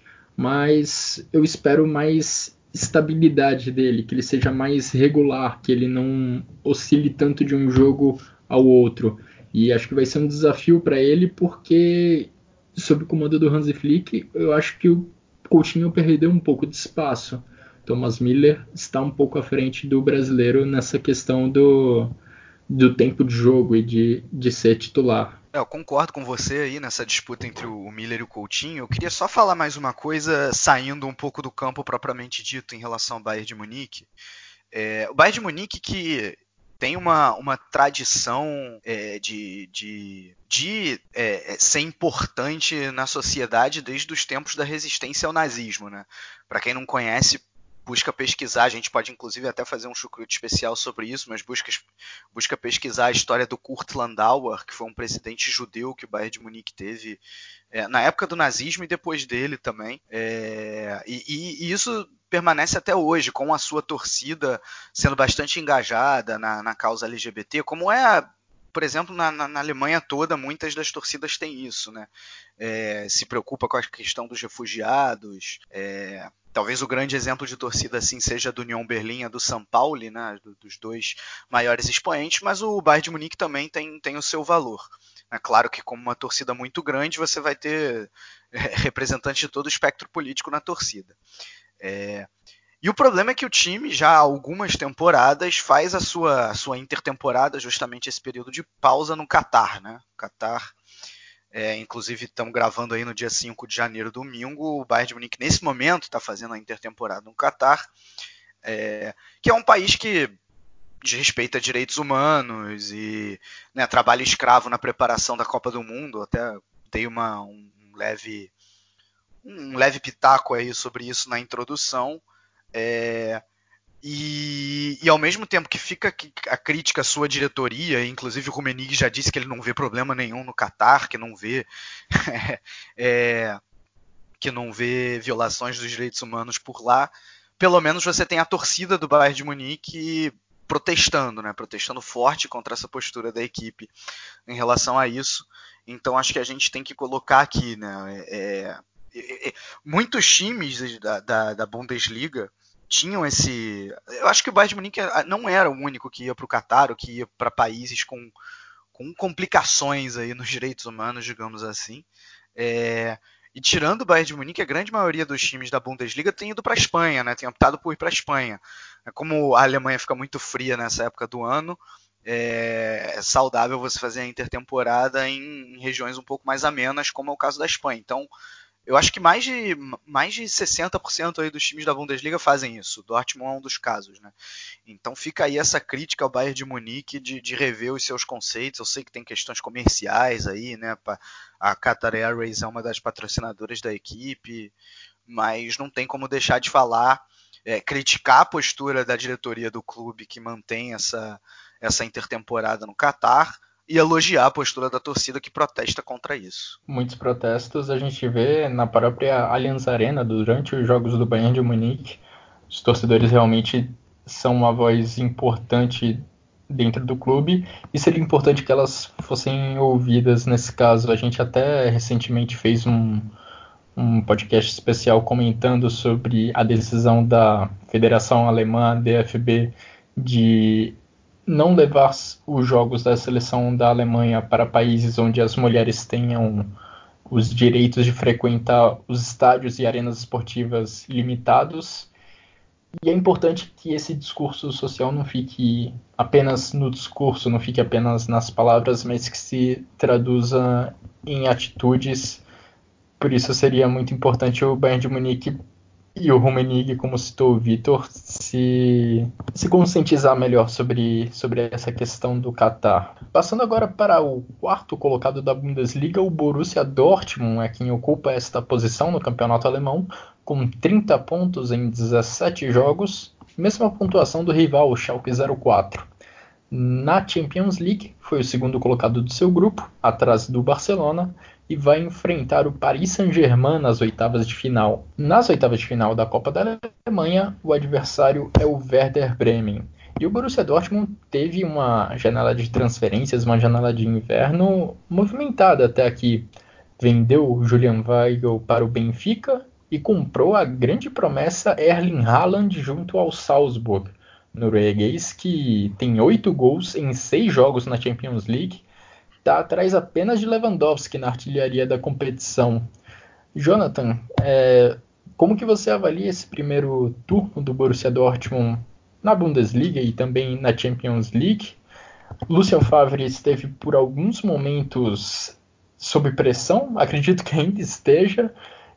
mas eu espero mais estabilidade dele, que ele seja mais regular, que ele não oscile tanto de um jogo ao outro. E acho que vai ser um desafio para ele, porque sob o comando do Hansi Flick, eu acho que o Coutinho perdeu um pouco de espaço. Thomas Müller está um pouco à frente do brasileiro nessa questão do, do tempo de jogo e de, de ser titular. É, eu concordo com você aí nessa disputa entre o Müller e o Coutinho. Eu queria só falar mais uma coisa, saindo um pouco do campo propriamente dito em relação ao Bayern de Munique. É, o Bayern de Munique que tem uma, uma tradição é, de, de, de é, ser importante na sociedade desde os tempos da resistência ao nazismo, né? Para quem não conhece, busca pesquisar, a gente pode inclusive até fazer um chucrute especial sobre isso, mas busca, busca pesquisar a história do Kurt Landauer, que foi um presidente judeu que o Bayern de Munique teve é, na época do nazismo e depois dele também. É, e, e, e isso permanece até hoje, com a sua torcida sendo bastante engajada na, na causa L G B T, como é, por exemplo, na, na, na Alemanha toda, muitas das torcidas têm isso, né? É, se preocupa com a questão dos refugiados. É, talvez o grande exemplo de torcida assim seja a do Union Berlin, a do São Paulo, né? Dos dois maiores expoentes, mas o Bayern de Munique também tem, tem o seu valor. É claro que, como uma torcida muito grande, você vai ter é, representantes de todo o espectro político na torcida. É... E o problema é que o time, já há algumas temporadas, faz a sua, a sua intertemporada, justamente esse período de pausa no Catar, né? Catar, é, inclusive estamos gravando aí no dia cinco de janeiro, domingo, o Bayern de Munique nesse momento está fazendo a intertemporada no Catar, é, que é um país que desrespeita direitos humanos e, né, trabalho escravo na preparação da Copa do Mundo. Até dei uma, um leve... um leve pitaco aí sobre isso na introdução, é, e, e ao mesmo tempo que fica a crítica à sua diretoria, inclusive o Rummenigge já disse que ele não vê problema nenhum no Catar, que não vê é, que não vê violações dos direitos humanos por lá, pelo menos você tem a torcida do Bayern de Munique protestando, né, protestando forte contra essa postura da equipe em relação a isso. Então acho que a gente tem que colocar aqui, né, é, muitos times da, da, da Bundesliga tinham esse... Eu acho que o Bayern de Munique não era o único que ia para o Catar ou que ia para países com, com complicações aí nos direitos humanos, digamos assim. É, E tirando o Bayern de Munique, a grande maioria dos times da Bundesliga tem ido para a Espanha, né? Tem optado por ir para a Espanha. Como a Alemanha fica muito fria nessa época do ano, é saudável você fazer a intertemporada em, em regiões um pouco mais amenas, como é o caso da Espanha. Então, eu acho que mais de, mais de sessenta por cento aí dos times da Bundesliga fazem isso. O Dortmund é um dos casos, né? Então fica aí essa crítica ao Bayern de Munique de, de rever os seus conceitos. Eu sei que tem questões comerciais aí, né? A Qatar Airways é uma das patrocinadoras da equipe, mas não tem como deixar de falar, é, criticar a postura da diretoria do clube que mantém essa, essa intertemporada no Qatar, e elogiar a postura da torcida que protesta contra isso. Muitos protestos a gente vê na própria Allianz Arena durante os jogos do Bayern de Munique. Os torcedores realmente são uma voz importante dentro do clube e seria importante que elas fossem ouvidas nesse caso. A gente até recentemente fez um, um podcast especial comentando sobre a decisão da Federação Alemã, D F B, de não levar os jogos da seleção da Alemanha para países onde as mulheres tenham os direitos de frequentar os estádios e arenas esportivas limitados. E é importante que esse discurso social não fique apenas no discurso, não fique apenas nas palavras, mas que se traduza em atitudes. Por isso seria muito importante o Bayern de Munique e o Rummenigge, como citou o Vitor, se, se conscientizar melhor sobre, sobre essa questão do Qatar. Passando agora para o quarto colocado da Bundesliga, o Borussia Dortmund é quem ocupa esta posição no campeonato alemão, com trinta pontos em dezessete jogos, mesma pontuação do rival, o Schalke zero quatro. Na Champions League, foi o segundo colocado do seu grupo, atrás do Barcelona, e vai enfrentar o Paris Saint-Germain nas oitavas de final. Nas oitavas de final da Copa da Alemanha, o adversário é o Werder Bremen. E o Borussia Dortmund teve uma janela de transferências, uma janela de inverno movimentada até aqui. Vendeu o Julian Weigl para o Benfica e comprou a grande promessa Erling Haaland junto ao Salzburg, norueguês que tem oito gols em seis jogos na Champions League. Está atrás apenas de Lewandowski na artilharia da competição. Jonathan, é, como que você avalia esse primeiro turno do Borussia Dortmund na Bundesliga e também na Champions League? Lucien Favre esteve por alguns momentos sob pressão, acredito que ainda esteja,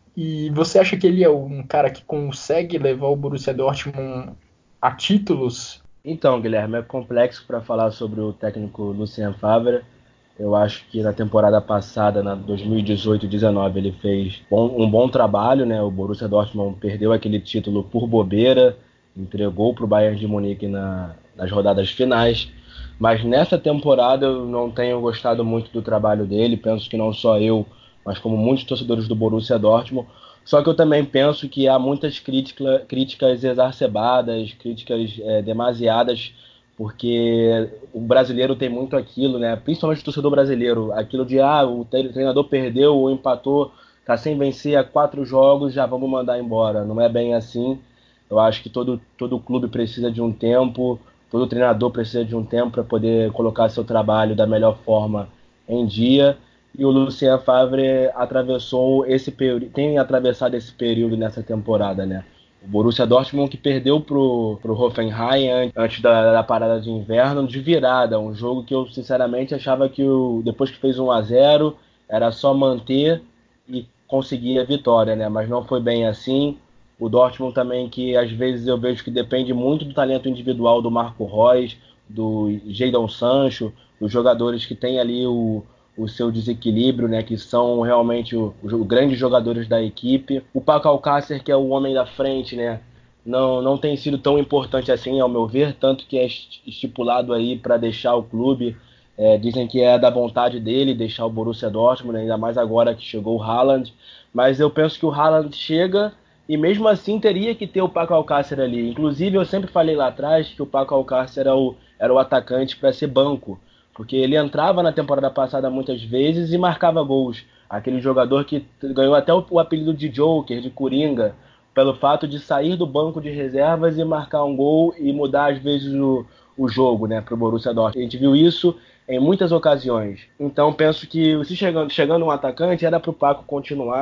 e você acha que ele é um cara que consegue levar o Borussia Dortmund a títulos? Então, Guilherme, é complexo para falar sobre o técnico Lucien Favre. Eu acho que na temporada passada, na dois mil e dezoito dezenove, ele fez bom, um bom trabalho, né? O Borussia Dortmund perdeu aquele título por bobeira, entregou para o Bayern de Munique na, nas rodadas finais. Mas nessa temporada eu não tenho gostado muito do trabalho dele. Penso que não só eu, mas como muitos torcedores do Borussia Dortmund. Só que eu também penso que há muitas crítica, críticas exacerbadas, críticas é, demasiadas, porque o brasileiro tem muito aquilo, né? Principalmente o torcedor brasileiro, aquilo de ah, o treinador perdeu ou empatou, tá sem vencer há quatro jogos, já vamos mandar embora. Não é bem assim. Eu acho que todo, todo clube precisa de um tempo, todo treinador precisa de um tempo para poder colocar seu trabalho da melhor forma em dia. E o Lucien Favre atravessou esse período, tem atravessado esse período nessa temporada, né? O Borussia Dortmund que perdeu pro, pro Hoffenheim antes da, da parada de inverno de virada, um jogo que eu sinceramente achava que o, depois que fez um a zero era só manter e conseguir a vitória, né? Mas não foi bem assim. O Dortmund também, que às vezes eu vejo que depende muito do talento individual do Marco Reus, do Jadon Sancho, dos jogadores que tem ali o o seu desequilíbrio, né, que são realmente os grandes jogadores da equipe. O Paco Alcácer, que é o homem da frente, né, não, não tem sido tão importante assim, ao meu ver, tanto que é estipulado aí para deixar o clube. É, dizem que é da vontade dele deixar o Borussia Dortmund, ainda mais agora que chegou o Haaland. Mas eu penso que o Haaland chega e mesmo assim teria que ter o Paco Alcácer ali. Inclusive eu sempre falei lá atrás que o Paco Alcácer era o, era o atacante para ser banco, porque ele entrava na temporada passada muitas vezes e marcava gols. Aquele jogador que ganhou até o apelido de Joker, de Coringa, pelo fato de sair do banco de reservas e marcar um gol e mudar às vezes o, o jogo, né, para o Borussia Dortmund. A gente viu isso em muitas ocasiões. Então penso que se chegando, chegando um atacante era para o Paco continuar.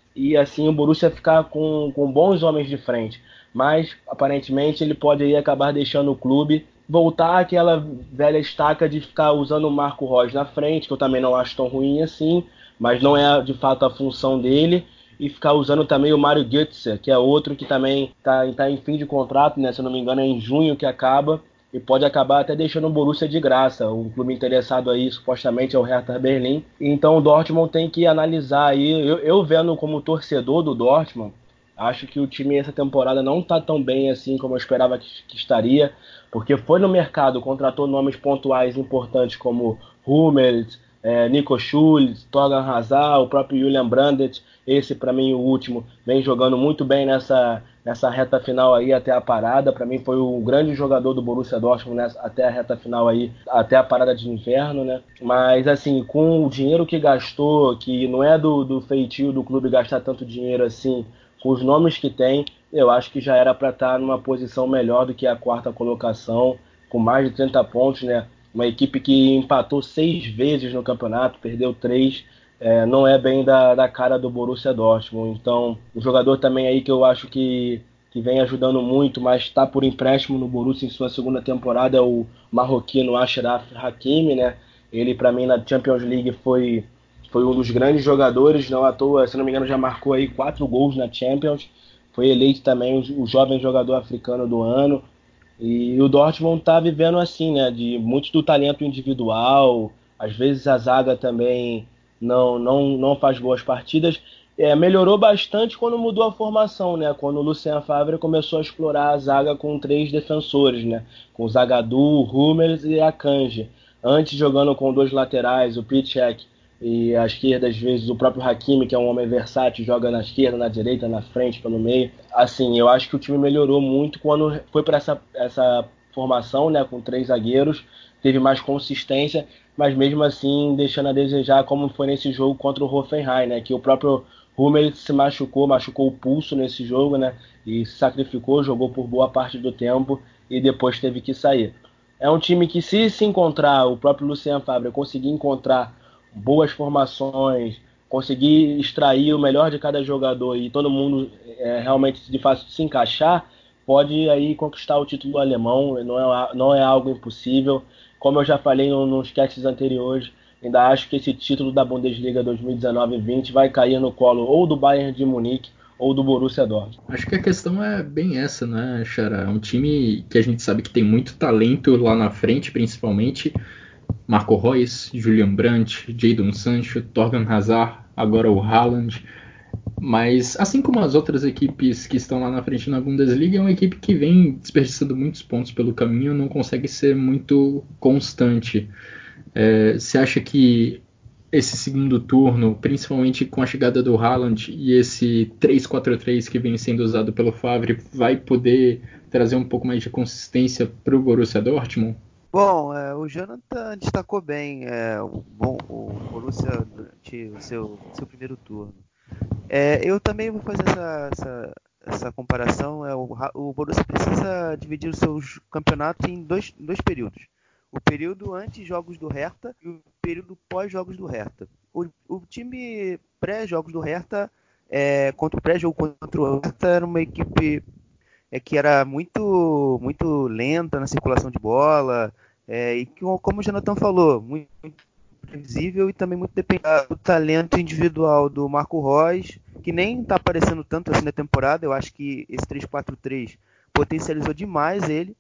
e assim o Borussia ficar com, com bons homens de frente. Mas aparentemente ele pode aí acabar deixando o clube, voltar àquela velha estaca de ficar usando o Marco Reus na frente, que eu também não acho tão ruim assim, mas não é de fato a função dele, e ficar usando também o Mário Götze, que é outro que também está tá em fim de contrato, né? Se eu não me engano é em junho que acaba, e pode acabar até deixando o Borussia de graça. Um clube interessado aí supostamente é o Hertha Berlim. Então o Dortmund tem que analisar aí, eu, eu vendo como torcedor do Dortmund, acho que o time essa temporada não está tão bem assim como eu esperava que, que estaria, porque foi no mercado, contratou nomes pontuais importantes como Hummels, é, Nico Schulz, Torgan Hazard, o próprio Julian Brandt. Esse para mim o último vem jogando muito bem nessa, nessa reta final aí até a parada. Para mim foi o grande jogador do Borussia Dortmund nessa, até a reta final aí, até a parada de inverno, né? Mas assim, com o dinheiro que gastou, que não é do, do feitio do clube gastar tanto dinheiro assim, com os nomes que tem, eu acho que já era para estar numa posição melhor do que a quarta colocação, com mais de trinta pontos, né? Uma equipe que empatou seis vezes no campeonato, perdeu três, é, não é bem da, da cara do Borussia Dortmund. Então, um jogador também aí que eu acho que, que vem ajudando muito, mas está por empréstimo no Borussia em sua segunda temporada, é o marroquino Achraf Hakimi, né? Ele, para mim, na Champions League foi... Foi um dos grandes jogadores, não à toa, se não me engano, já marcou aí quatro gols na Champions. Foi eleito também o, o jovem jogador africano do ano. E o Dortmund está vivendo assim, né? De muito do talento individual. Às vezes a zaga também não, não, não faz boas partidas. É, melhorou bastante quando mudou a formação, né? Quando o Lucien Favre começou a explorar a zaga com três defensores, né? Com o Zagadou, o Hummels e a Akanji. Antes jogando com dois laterais, o Piszczek, e à esquerda, às vezes, o próprio Hakimi, que é um homem versátil, joga na esquerda, na direita, na frente, pelo meio. Assim, eu acho que o time melhorou muito quando foi para essa, essa formação, né, com três zagueiros, teve mais consistência, mas mesmo assim deixando a desejar, como foi nesse jogo contra o Hoffenheim, né, que o próprio Hummels se machucou, machucou o pulso nesse jogo, né, e se sacrificou, jogou por boa parte do tempo e depois teve que sair. É um time que, se se encontrar, o próprio Lucien Favre conseguir encontrar boas formações, conseguir extrair o melhor de cada jogador e todo mundo é, realmente de fácil se encaixar, pode aí conquistar o título alemão. Não é, não é algo impossível. Como eu já falei no, nos sketches anteriores, ainda acho que esse título da Bundesliga dois mil e dezenove vinte vai cair no colo ou do Bayern de Munique ou do Borussia Dortmund. Acho que a questão é bem essa, né, Xará? É um time que a gente sabe que tem muito talento lá na frente, principalmente Marco Reus, Julian Brandt, Jadon Sancho, Torgan Hazard, agora o Haaland. Mas, assim como as outras equipes que estão lá na frente na Bundesliga, é uma equipe que vem desperdiçando muitos pontos pelo caminho, não consegue ser muito constante. É, você acha que esse segundo turno, principalmente com a chegada do Haaland e esse três quatro três que vem sendo usado pelo Favre, vai poder trazer um pouco mais de consistência para o Borussia Dortmund? Bom, é, o Jonathan destacou bem é, o, bom, o Borussia durante o seu, seu primeiro turno. É, eu também vou fazer essa, essa, essa comparação. É, o, o Borussia precisa dividir os seus campeonatos em dois, dois períodos. O período antes jogos do Hertha e o período pós-jogos do Hertha. O, o time pré-jogos do Hertha, é, contra o pré-jogo contra o Hertha, era uma equipe é, que era muito, muito lenta na circulação de bola, é, e que, como o Jonathan falou, muito, muito previsível e também muito dependente do talento individual do Marco Reus, que nem está aparecendo tanto assim na temporada. Eu acho que esse três quatro três potencializou demais ele,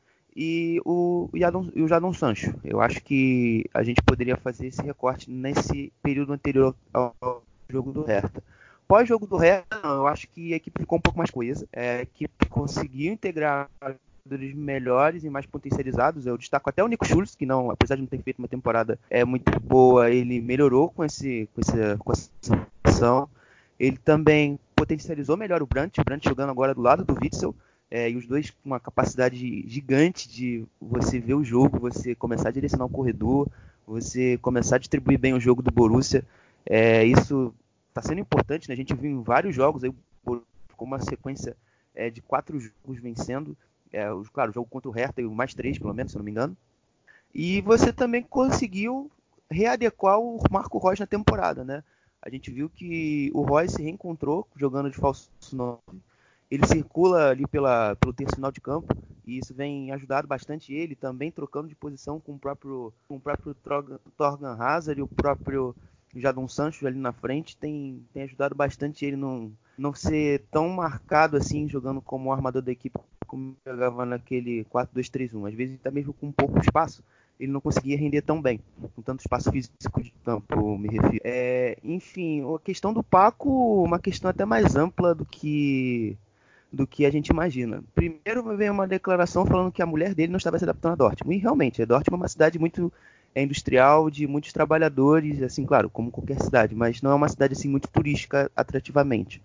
e o, Jadon, e o Jadon Sancho. Eu acho que a gente poderia fazer esse recorte nesse período anterior ao jogo do Hertha. Pós-jogo do Hertha, eu acho que a equipe ficou um pouco mais coesa, é, a equipe conseguiu integrar jogadores melhores e mais potencializados. Eu destaco até o Nico Schulz, que não, apesar de não ter feito uma temporada é, muito boa, ele melhorou com, esse, com, esse, com essa situação. Ele também potencializou melhor o Brandt, o Brandt jogando agora do lado do Witsel, é, e os dois com uma capacidade gigante de você ver o jogo, você começar a direcionar o corredor, você começar a distribuir bem o jogo do Borussia. É, isso está sendo importante, né? A gente viu em vários jogos, aí, com uma sequência é, de quatro jogos vencendo. É, claro, o jogo contra o Hertha e o mais três, pelo menos, se eu não me engano. E você também conseguiu readequar o Marco Reus na temporada, né? A gente viu que o Roy se reencontrou jogando de falso nove. Ele circula ali pela, pelo terço final de campo e isso vem ajudado bastante ele, também trocando de posição com o próprio, com o próprio Torgan Hazard e o próprio Jadon Sancho ali na frente, tem, tem ajudado bastante ele não, não ser tão marcado assim, jogando como armador da equipe, como jogava naquele quatro dois três um. Às vezes, até mesmo com pouco espaço, ele não conseguia render tão bem, com tanto espaço físico de campo, me refiro. É, enfim, a questão do Paco, uma questão até mais ampla do que... do que a gente imagina. Primeiro veio uma declaração falando que a mulher dele não estava se adaptando a Dortmund. E realmente, a Dortmund é uma cidade muito é, industrial, de muitos trabalhadores, assim, claro, como qualquer cidade, mas não é uma cidade assim muito turística atrativamente.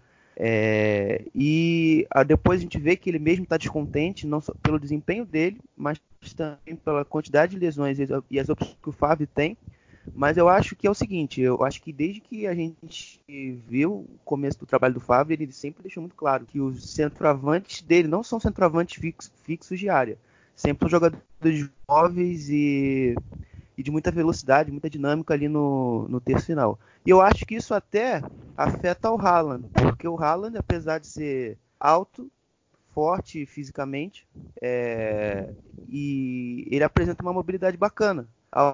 É, e a, depois a gente vê que ele mesmo está descontente, não só pelo desempenho dele, mas também pela quantidade de lesões e as opções que o Favre tem. Mas eu acho que é o seguinte, eu acho que desde que a gente viu o começo do trabalho do Favre, ele sempre deixou muito claro que os centroavantes dele não são centroavantes fixos, fixos de área. Sempre são jogadores móveis e, e de muita velocidade, muita dinâmica ali no, no terço final. E eu acho que isso até afeta o Haaland, porque o Haaland, apesar de ser alto, forte fisicamente, é, e ele apresenta uma mobilidade bacana.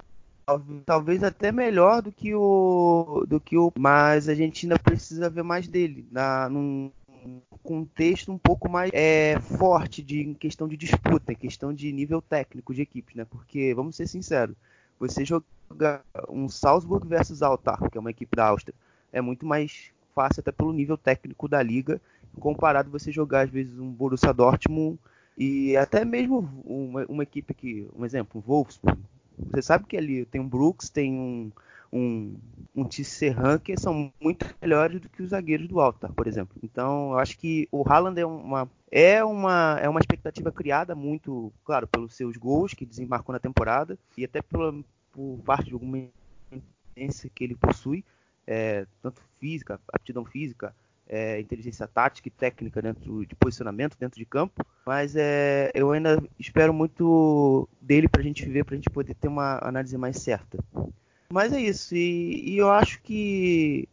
Talvez até melhor do que o do que o mas a gente ainda precisa ver mais dele na num contexto um pouco mais é, forte de em questão de disputa, em questão de nível técnico de equipes, né? Porque vamos ser sinceros, você jogar um Salzburg versus Autark, que é uma equipe da Áustria, é muito mais fácil até pelo nível técnico da liga, comparado a você jogar às vezes um Borussia Dortmund e até mesmo uma, uma equipe que, um exemplo, um Wolfsburg. Você sabe que ali tem um Brooks, tem um, um, um Tisserand, que são muito melhores do que os zagueiros do Autark, por exemplo. Então, eu acho que o Haaland é uma, é uma, é uma expectativa criada muito, claro, pelos seus gols que desembarcou na temporada e até pela, por parte de alguma inteligência que ele possui, é, tanto física, aptidão física, É, inteligência tática e técnica dentro de posicionamento dentro de campo, mas é, eu ainda espero muito dele pra gente ver, pra gente poder ter uma análise mais certa. Mas é isso, e, e eu acho que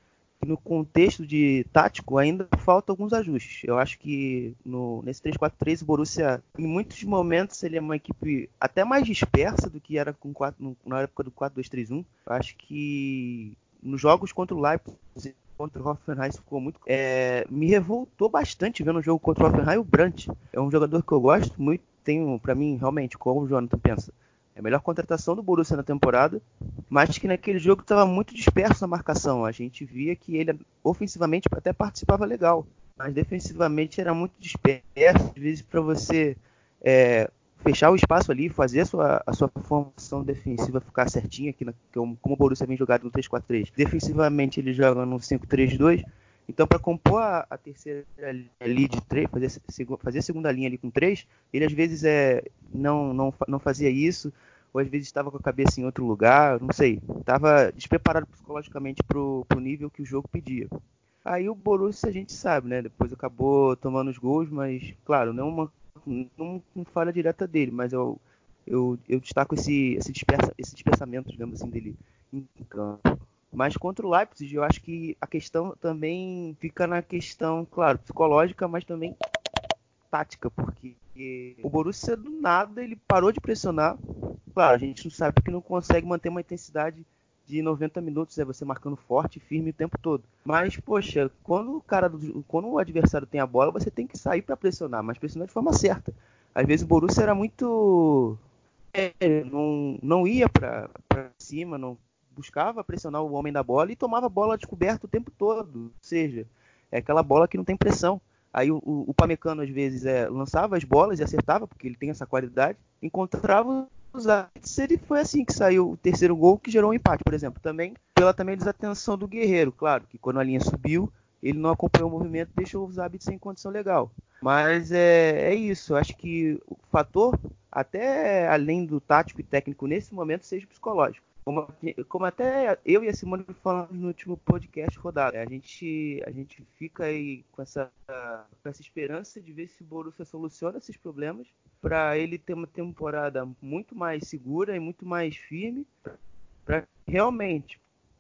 no contexto de tático ainda falta alguns ajustes. Eu acho que no, nesse três quatro três o Borussia, em muitos momentos, ele é uma equipe até mais dispersa do que era com quatro, no, na época do quatro dois três um. Eu acho que nos jogos contra o Leipzig, contra o Hoffenheim, ficou muito. É, me revoltou bastante vendo o jogo contra o Hoffenheim. O Brandt é um jogador que eu gosto muito. Tenho, para mim, realmente, como o Jonathan pensa, é a melhor contratação do Borussia na temporada, mas que naquele jogo estava muito disperso na marcação. A gente via que ele, ofensivamente, até participava legal, mas defensivamente era muito disperso. Às vezes, para você é, fechar o espaço ali, fazer a sua, a sua formação defensiva ficar certinha, aqui na, como o Borussia vem jogado no três quatro três. Defensivamente ele joga no cinco três dois, então para compor a, a terceira ali de três, fazer, fazer a segunda linha ali com três, ele às vezes é, não, não, não fazia isso, ou às vezes estava com a cabeça em outro lugar, não sei, estava despreparado psicologicamente para o nível que o jogo pedia. Aí o Borussia a gente sabe, né, depois acabou tomando os gols, mas claro, não uma Não, não falha direta dele, mas eu, eu, eu destaco esse, esse, dispersa, esse dispersamento, digamos assim, dele em campo. Mas contra o Leipzig, eu acho que a questão também fica na questão, claro, psicológica, mas também tática, porque o Borussia, do nada, ele parou de pressionar. Claro, a gente não sabe que não consegue manter uma intensidade de noventa minutos, é você marcando forte e firme o tempo todo. Mas, poxa, quando o cara, quando o adversário tem a bola, você tem que sair para pressionar, mas pressionar de forma certa. Às vezes o Borussia era muito... É, não, não ia para cima, não buscava pressionar o homem da bola e tomava a bola descoberta o tempo todo. Ou seja, é aquela bola que não tem pressão. Aí o, o, o Pamecano, às vezes, é, lançava as bolas e acertava, porque ele tem essa qualidade, encontrava ele foi assim que saiu o terceiro gol, que gerou um empate, por exemplo. Também pela também desatenção do Guerreiro, claro, que quando a linha subiu, ele não acompanhou o movimento, deixou o Zabit sem condição legal. Mas é, é isso, acho que o fator, até além do tático e técnico nesse momento, seja psicológico. Como, como até eu e a Simone falamos no último podcast rodado, a gente, a gente fica aí com essa, com essa esperança de ver se o Borussia soluciona esses problemas para ele ter uma temporada muito mais segura e muito mais firme, para realmente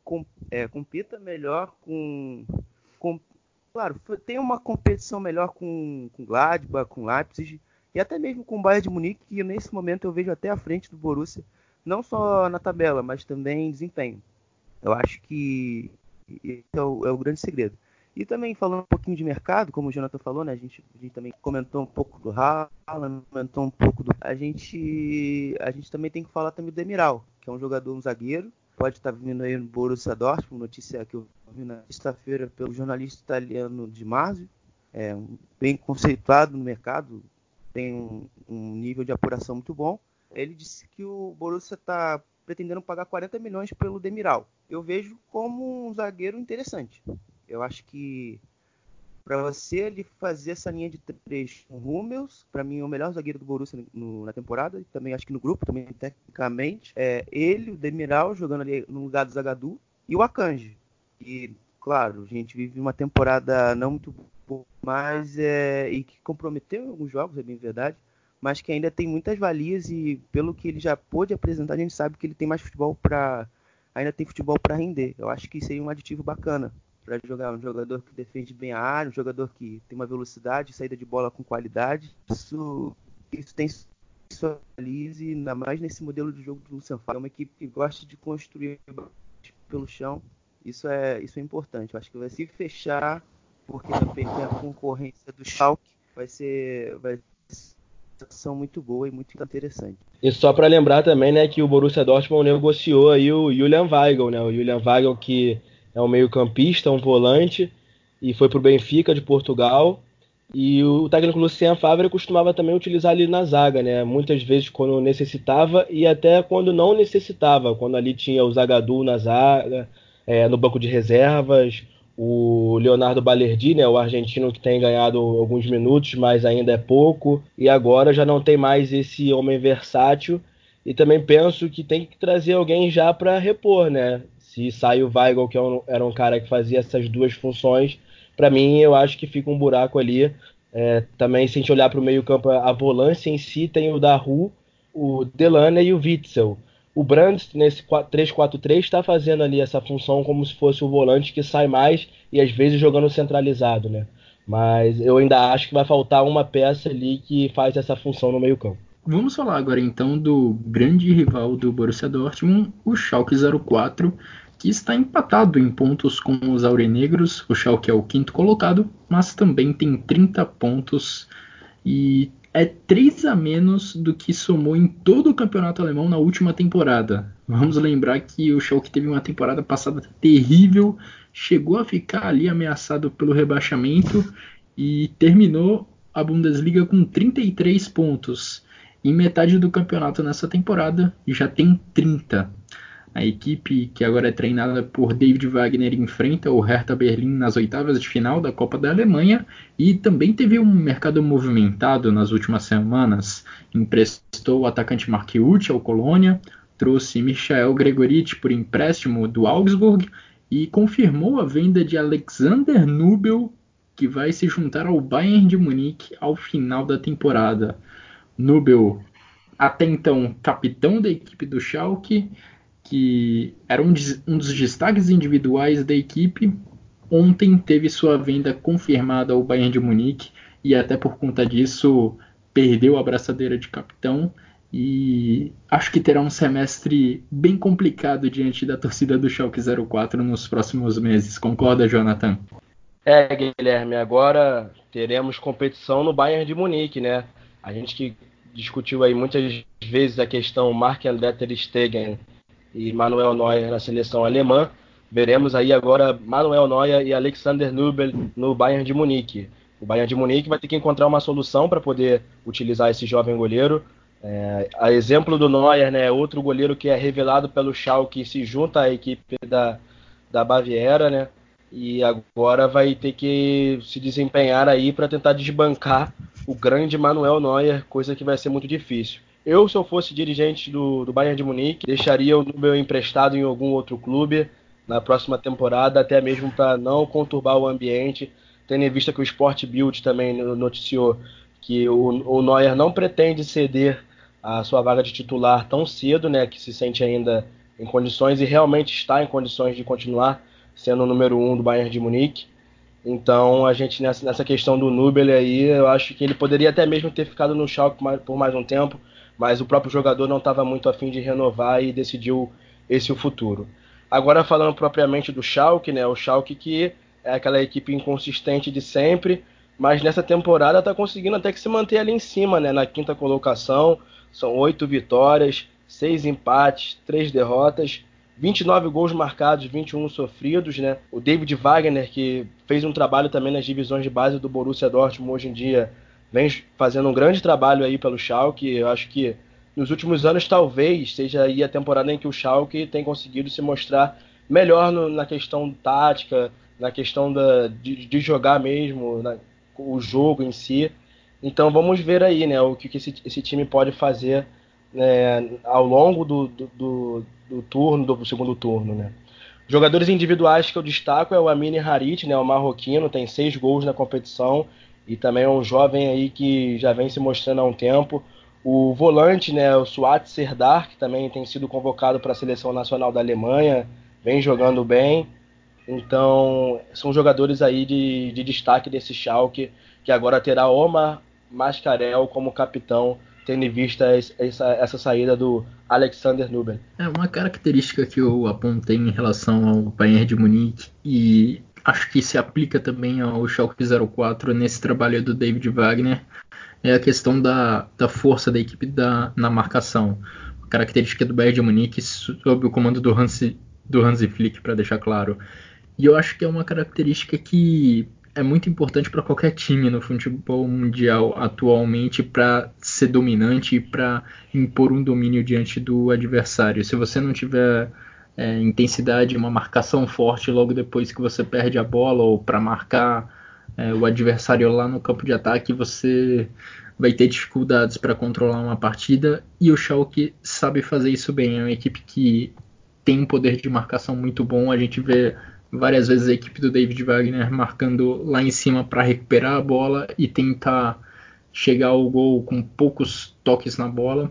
com, é, compita melhor com, com... Claro, tem uma competição melhor com, com Gladbach, com Leipzig e até mesmo com o Bayern de Munique, que nesse momento eu vejo até à frente do Borussia, não só na tabela, mas também em desempenho. Eu acho que esse é o, é o grande segredo. E também falando um pouquinho de mercado, como o Jonathan falou, né? A gente, a gente também comentou um pouco do Haaland, comentou um pouco do... A gente, a gente também tem que falar também do Demiral, que é um jogador, um zagueiro, pode estar vindo aí no Borussia Dortmund, notícia que eu vi na sexta-feira pelo jornalista italiano Di Marzio, é bem conceituado no mercado, tem um, um nível de apuração muito bom. Ele disse que o Borussia está pretendendo pagar quarenta milhões pelo Demiral. Eu vejo como um zagueiro interessante. Eu acho que para você ele fazer essa linha de três com o Hummels, para mim é o melhor zagueiro do Borussia no, na temporada, e também acho que no grupo, também tecnicamente, é ele, o Demiral, jogando ali no lugar do Zagadou, e o Akanji. E, claro, a gente vive uma temporada não muito boa, mas é, e que comprometeu em alguns jogos, é bem verdade, mas que ainda tem muitas valias e pelo que ele já pôde apresentar, a gente sabe que ele tem mais futebol para... ainda tem futebol para render. Eu acho que seria um aditivo bacana para jogar, um jogador que defende bem a área, um jogador que tem uma velocidade, saída de bola com qualidade. Isso, isso tem sua análise, ainda mais nesse modelo de jogo do Lucien Favre. É uma equipe que gosta de construir pelo chão. Isso é, isso é importante. Eu acho que vai se fechar, porque também tem a concorrência do Schalke, vai ser, vai ser uma situação muito boa e muito interessante. E só para lembrar também, né, que o Borussia Dortmund negociou aí o Julian Weigl, né, o Julian Weigl que é um meio-campista, um volante, e foi para o Benfica de Portugal. E o técnico Lucien Favre costumava também utilizar ele na zaga, né? Muitas vezes quando necessitava e até quando não necessitava, quando ali tinha o Zagadou na zaga, é, no banco de reservas, o Leonardo Balerdi, né, o argentino que tem ganhado alguns minutos, mas ainda é pouco, e agora já não tem mais esse homem versátil. E também penso que tem que trazer alguém já para repor, né? Se sai o Weigl, que era um cara que fazia essas duas funções, para mim eu acho que fica um buraco ali. É, também, se a gente olhar para o meio campo, a volância em si tem o Dahoud, o Delaney e o Witzel. O Brandt, nesse três quatro três, está fazendo ali essa função como se fosse o volante que sai mais e às vezes jogando centralizado, né? Mas eu ainda acho que vai faltar uma peça ali que faz essa função no meio campo. Vamos falar agora então do grande rival do Borussia Dortmund, o Schalke zero quatro, que está empatado em pontos com os aurinegros. O Schalke é o quinto colocado, mas também tem trinta pontos e é três a menos do que somou em todo o campeonato alemão na última temporada. Vamos lembrar que o Schalke teve uma temporada passada terrível, chegou a ficar ali ameaçado pelo rebaixamento e terminou a Bundesliga com trinta e três pontos. Em metade do campeonato nessa temporada já tem trinta. A equipe, que agora é treinada por David Wagner, enfrenta o Hertha Berlim nas oitavas de final da Copa da Alemanha e também teve um mercado movimentado nas últimas semanas. Emprestou o atacante Mark Uth ao Colônia, trouxe Michael Gregoritsch por empréstimo do Augsburg e confirmou a venda de Alexander Nubel, que vai se juntar ao Bayern de Munique ao final da temporada. Nubel, até então capitão da equipe do Schalke, que era um, um dos destaques individuais da equipe, ontem teve sua venda confirmada ao Bayern de Munique e até por conta disso perdeu a braçadeira de capitão e acho que terá um semestre bem complicado diante da torcida do Schalke zero quatro nos próximos meses. Concorda, Jonathan? É, Guilherme, agora teremos competição no Bayern de Munique, né? A gente que discutiu aí muitas vezes a questão Marc-André ter Stegen e Manuel Neuer na seleção alemã. Veremos aí agora Manuel Neuer e Alexander Nubel no Bayern de Munique. O Bayern de Munique vai ter que encontrar uma solução para poder utilizar esse jovem goleiro. É, a exemplo do Neuer, né, outro goleiro que é revelado pelo Schalke e se junta à equipe da, da Baviera, né, e agora vai ter que se desempenhar aí para tentar desbancar o grande Manuel Neuer, coisa que vai ser muito difícil. Eu, se eu fosse dirigente do, do Bayern de Munique, deixaria o Nubel emprestado em algum outro clube na próxima temporada, até mesmo para não conturbar o ambiente, tendo em vista que o Sport Bild também noticiou que o, o Neuer não pretende ceder a sua vaga de titular tão cedo, né, que se sente ainda em condições e realmente está em condições de continuar sendo o número um do Bayern de Munique. Então a gente nessa, nessa questão do Nübel aí, eu acho que ele poderia até mesmo ter ficado no Schalke por mais um tempo, mas o próprio jogador não estava muito afim de renovar e decidiu esse o futuro. Agora falando propriamente do Schalke, né, o Schalke que é aquela equipe inconsistente de sempre, mas nessa temporada está conseguindo até que se manter ali em cima, né, na quinta colocação. São oito vitórias, seis empates, três derrotas, vinte e nove gols marcados, vinte e um sofridos, né? O David Wagner, que fez um trabalho também nas divisões de base do Borussia Dortmund, hoje em dia vem fazendo um grande trabalho aí pelo Schalke. Eu acho que nos últimos anos talvez seja aí a temporada em que o Schalke tem conseguido se mostrar melhor no, na questão tática, na questão da, de, de jogar mesmo, na, o jogo em si. Então vamos ver aí, né, o que esse, esse time pode fazer, né, ao longo do, do, do, do turno, do segundo turno, né. Jogadores individuais que eu destaco é o Amine Harit, né, o marroquino, tem seis gols na competição e também é um jovem aí que já vem se mostrando há um tempo. O volante, né, o Suat Serdar, que também tem sido convocado para a seleção nacional da Alemanha, vem jogando bem. Então são jogadores aí de, de destaque desse Schalke, que agora terá Omar Mascarell como capitão, tendo em vista essa, essa saída do Alexander Nübel. É uma característica que eu apontei em relação ao Bayern de Munique e acho que se aplica também ao Schalke zero quatro nesse trabalho do David Wagner, é a questão da, da força da equipe da, na marcação. A característica do Bayern de Munique sob o comando do Hansi, do Hansi Flick, para deixar claro. E eu acho que é uma característica que é muito importante para qualquer time no futebol mundial atualmente para ser dominante e para impor um domínio diante do adversário. Se você não tiver é, intensidade, uma marcação forte logo depois que você perde a bola ou para marcar é, o adversário lá no campo de ataque, você vai ter dificuldades para controlar uma partida, e o Schalke sabe fazer isso bem. É uma equipe que tem um poder de marcação muito bom. A gente vê várias vezes a equipe do David Wagner marcando lá em cima para recuperar a bola e tentar chegar ao gol com poucos toques na bola.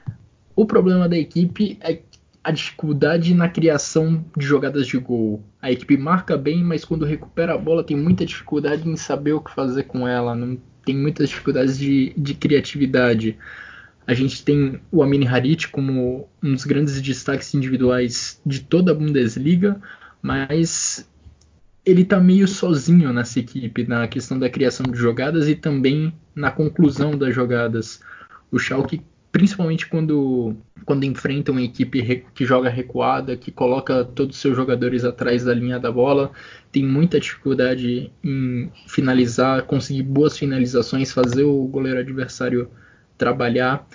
O problema da equipe é a dificuldade na criação de jogadas de gol. A equipe marca bem, mas quando recupera a bola tem muita dificuldade em saber o que fazer com ela. Não tem muitas dificuldades de, de criatividade. A gente tem o Amine Harit como um dos grandes destaques individuais de toda a Bundesliga, mas ele está meio sozinho nessa equipe, na questão da criação de jogadas e também na conclusão das jogadas. O Schalke, principalmente quando, quando enfrenta uma equipe que joga recuada, que coloca todos os seus jogadores atrás da linha da bola, tem muita dificuldade em finalizar, conseguir boas finalizações, fazer o goleiro adversário trabalhar.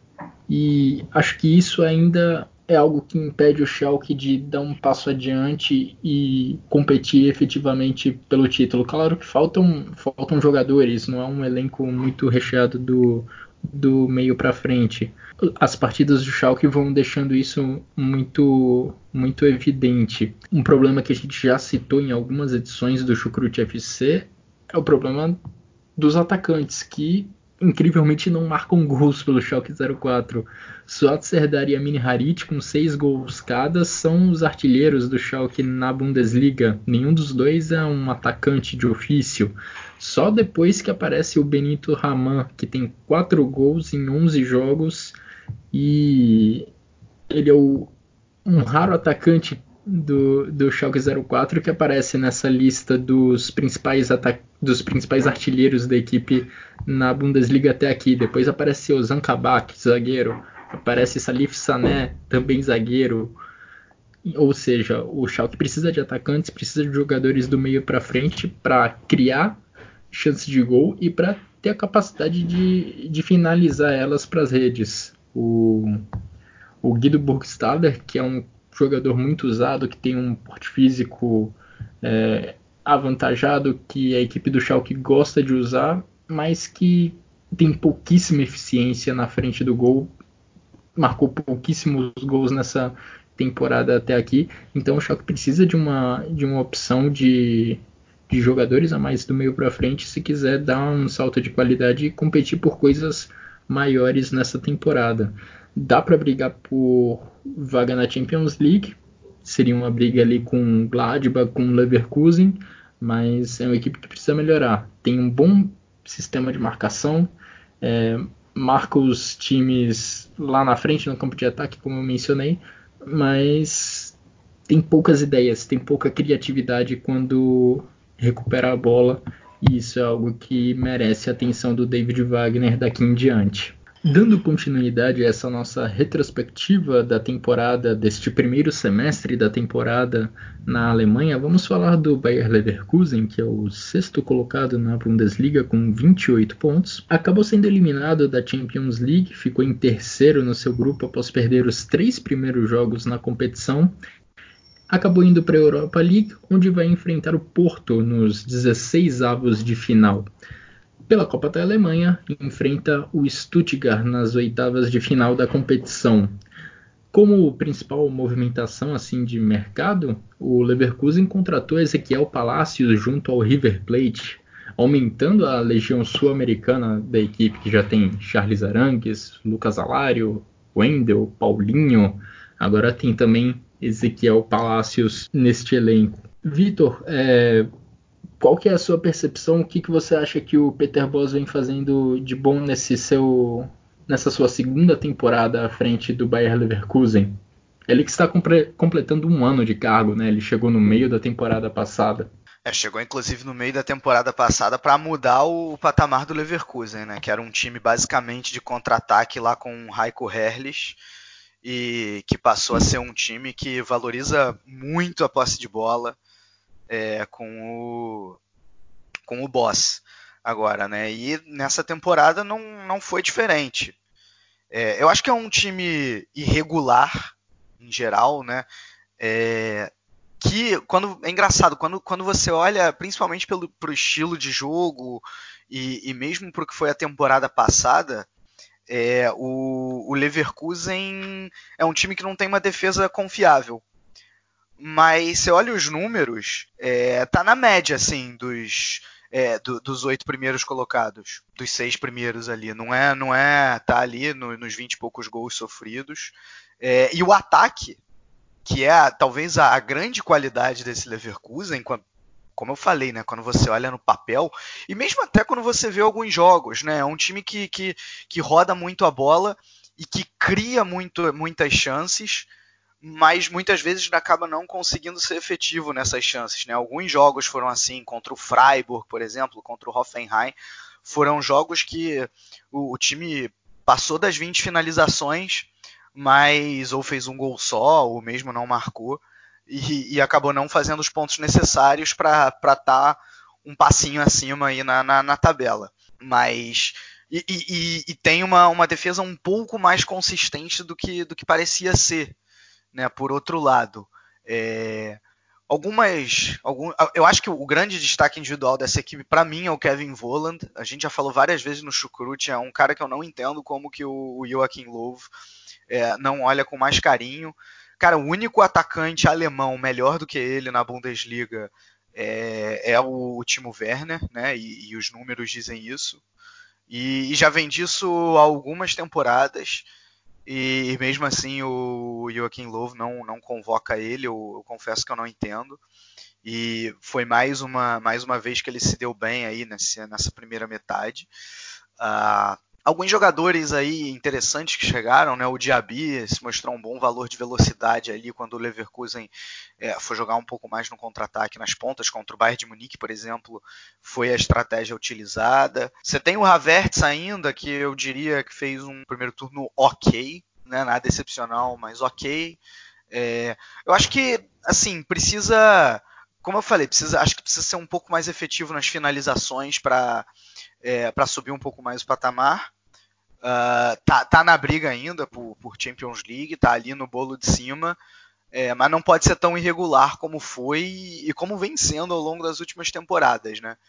E acho que isso ainda é algo que impede o Schalke de dar um passo adiante e competir efetivamente pelo título. Claro que faltam, faltam jogadores, não é um elenco muito recheado do, do meio para frente. As partidas do Schalke vão deixando isso muito, muito evidente. Um problema que a gente já citou em algumas edições do Chucrute F C é o problema dos atacantes, que incrivelmente não marcam gols pelo Schalke zero quatro. Suat Serdar e Amine Harit, com seis gols cada, são os artilheiros do Schalke na Bundesliga. Nenhum dos dois é um atacante de ofício. Só depois que aparece o Benito Raman, que tem quatro gols em onze jogos, e ele é o, um raro atacante do, do Schalke zero quatro que aparece nessa lista dos principais, ata- dos principais artilheiros da equipe na Bundesliga até aqui. Depois aparece Ozan Kabak, zagueiro, aparece Salif Sané, também zagueiro. Ou seja, o Schalke precisa de atacantes, precisa de jogadores do meio para frente para criar chances de gol e para ter a capacidade de, de finalizar elas para as redes. O, o Guido Burgstaller, que é um jogador muito usado, que tem um porte físico é, avantajado, que a equipe do Schalke gosta de usar, mas que tem pouquíssima eficiência na frente do gol, marcou pouquíssimos gols nessa temporada até aqui. Então o Schalke precisa de uma, de uma opção de, de jogadores a mais do meio para frente se quiser dar um salto de qualidade e competir por coisas maiores nessa temporada. dá para brigar por vaga na Champions League. Seria uma briga ali com Gladbach, com Leverkusen, mas é uma equipe que precisa melhorar. Tem um bom sistema de marcação, é, marca os times lá na frente no campo de ataque, como eu mencionei, mas tem poucas ideias, tem pouca criatividade quando recupera a bola, e isso é algo que merece a atenção do David Wagner daqui em diante. Dando continuidade a essa nossa retrospectiva da temporada, deste primeiro semestre da temporada na Alemanha, vamos falar do Bayer Leverkusen, que é o sexto colocado na Bundesliga com vinte e oito pontos. Acabou sendo eliminado da Champions League, ficou em terceiro no seu grupo após perder os três primeiros jogos na competição. Acabou indo para a Europa League, onde vai enfrentar o Porto nos dezesseis avos de final. Pela Copa da Alemanha, enfrenta o Stuttgart nas oitavas de final da competição. Como principal movimentação assim de mercado, o Leverkusen contratou Ezequiel Palacios junto ao River Plate, aumentando a legião sul-americana da equipe, que já tem Charles Arangues, Lucas Alário, Wendel, Paulinho. Agora tem também Ezequiel Palacios neste elenco. Vitor, é... qual que é a sua percepção? O que, que você acha que o Peter Bosz vem fazendo de bom nesse seu, nessa sua segunda temporada à frente do Bayer Leverkusen? Ele que está compre- completando um ano de cargo, né? Ele chegou no meio da temporada passada. É, chegou inclusive no meio da temporada passada para mudar o patamar do Leverkusen, né? Que era um time basicamente de contra-ataque lá com o Heiko Herrlich, e que passou a ser um time que valoriza muito a posse de bola, É, com o com o Bosz agora, né? E nessa temporada não, não foi diferente. É, eu acho que é um time irregular em geral, né? É, que quando é engraçado quando, quando você olha, principalmente pelo pro estilo de jogo e, e mesmo para o que foi a temporada passada, é, o, o Leverkusen é um time que não tem uma defesa confiável. Mas você olha os números, é, tá na média, assim, dos, é, do, dos oito primeiros colocados, dos seis primeiros ali. Não é, não é, tá ali no, nos vinte e poucos gols sofridos. É, e o ataque, que é a, talvez a, a grande qualidade desse Leverkusen, quando, como eu falei, né, quando você olha no papel, e mesmo até quando você vê alguns jogos, né, é um time que, que, que roda muito a bola e que cria muito, muitas chances, mas muitas vezes acaba não conseguindo ser efetivo nessas chances, né? Alguns jogos foram assim, contra o Freiburg, por exemplo, contra o Hoffenheim, foram jogos que o, o time passou das vinte finalizações, mas ou fez um gol só, ou mesmo não marcou, e, e acabou não fazendo os pontos necessários para estar tá um passinho acima aí na, na, na tabela. Mas... E, e, e tem uma, uma defesa um pouco mais consistente do que, do que parecia ser. Né, por outro lado, é, algumas, algum, eu acho que o grande destaque individual dessa equipe, para mim, é o Kevin Volland. A gente já falou várias vezes no Chucrute, é um cara que eu não entendo como que o, o Joachim Löw é, não olha com mais carinho. Cara, o único atacante alemão melhor do que ele na Bundesliga é, é o Timo Werner, né, e, e os números dizem isso. E, e já vem disso há algumas temporadas. E mesmo assim o Joachim Löw não, não convoca ele, eu, eu confesso que eu não entendo. E foi mais uma, mais uma vez que ele se deu bem aí nessa, nessa primeira metade. Uh, alguns jogadores aí interessantes que chegaram, né? O Diaby se mostrou um bom valor de velocidade ali quando o Leverkusen é, foi jogar um pouco mais no contra-ataque nas pontas, contra o Bayern de Munique, por exemplo, foi a estratégia utilizada. Você tem o Havertz ainda, que eu diria que fez um primeiro turno ok, né? Nada excepcional, mas ok. É, eu acho que, assim, precisa, como eu falei, precisa, acho que precisa ser um pouco mais efetivo nas finalizações para É, para subir um pouco mais o patamar. Uh, tá, tá na briga ainda por, por Champions League, tá ali no bolo de cima, é, mas não pode ser tão irregular como foi e como vem sendo ao longo das últimas temporadas, né?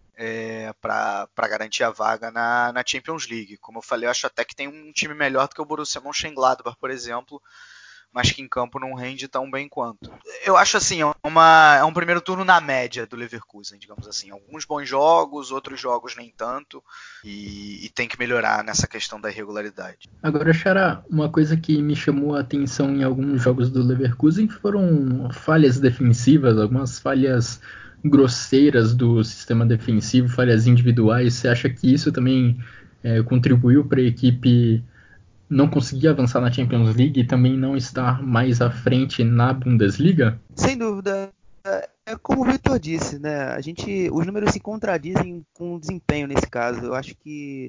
É, para garantir a vaga na, na Champions League. Como eu falei, eu acho até que tem um time melhor do que o Borussia Mönchengladbach, por exemplo, mas que em campo não rende tão bem quanto. Eu acho assim, é, uma, é um primeiro turno na média do Leverkusen, digamos assim. Alguns bons jogos, outros jogos nem tanto, e, e tem que melhorar nessa questão da irregularidade. Agora, Xará, uma coisa que me chamou a atenção em alguns jogos do Leverkusen foram falhas defensivas, algumas falhas grosseiras do sistema defensivo, falhas individuais. Você acha que isso também é, contribuiu para a equipe não conseguir avançar na Champions League e também não estar mais à frente na Bundesliga? Sem dúvida. É como o Vitor disse, né? A gente, os números se contradizem com o desempenho nesse caso. Eu acho que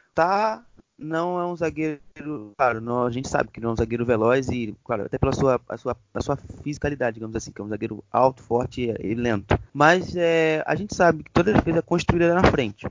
tá não é um zagueiro, claro, não, a gente sabe que não é um zagueiro veloz e, claro, até pela sua, a sua, a sua fisicalidade, digamos assim, que é um zagueiro alto, forte e lento. Mas é, a gente sabe que toda a defesa é construída na frente.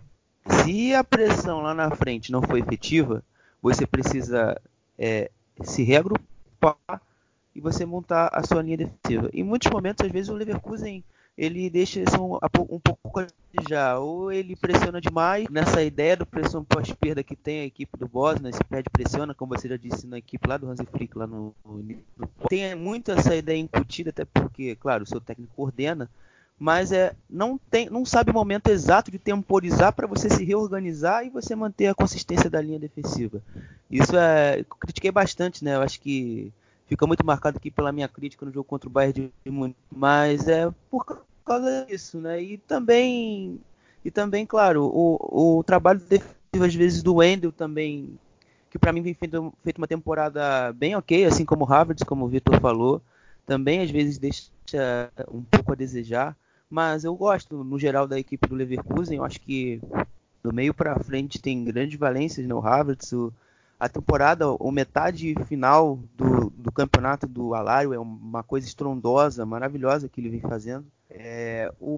Se a pressão lá na frente não for efetiva, você precisa é, se reagrupar e você montar a sua linha defensiva. Em muitos momentos, às vezes, o Leverkusen ele deixa isso um, um pouco a desejar, ou ele pressiona demais nessa ideia do pressão pós-perda que tem a equipe do Bosnia, se perde pressiona, como você já disse na equipe lá do Hansi Flick, lá no, no tem muito essa ideia incutida, até porque, claro, o seu técnico coordena, mas é, não, tem, não sabe o momento exato de temporizar para você se reorganizar e você manter a consistência da linha defensiva. Isso é, eu critiquei bastante, né? Eu acho que fica muito marcado aqui pela minha crítica no jogo contra o Bayern de Munique, mas é por causa disso, né? E também, e também, claro, o, o trabalho defensivo às vezes do Wendel também, que para mim vem feito, feito uma temporada bem ok, assim como o Havertz, como o Vitor falou, também às vezes deixa um pouco a desejar. Mas eu gosto, no geral, da equipe do Leverkusen. Eu acho que do meio para frente tem grandes valências, né? O Havertz, o, a temporada, ou metade final do, do campeonato do Alário é uma coisa estrondosa, maravilhosa que ele vem fazendo. É, o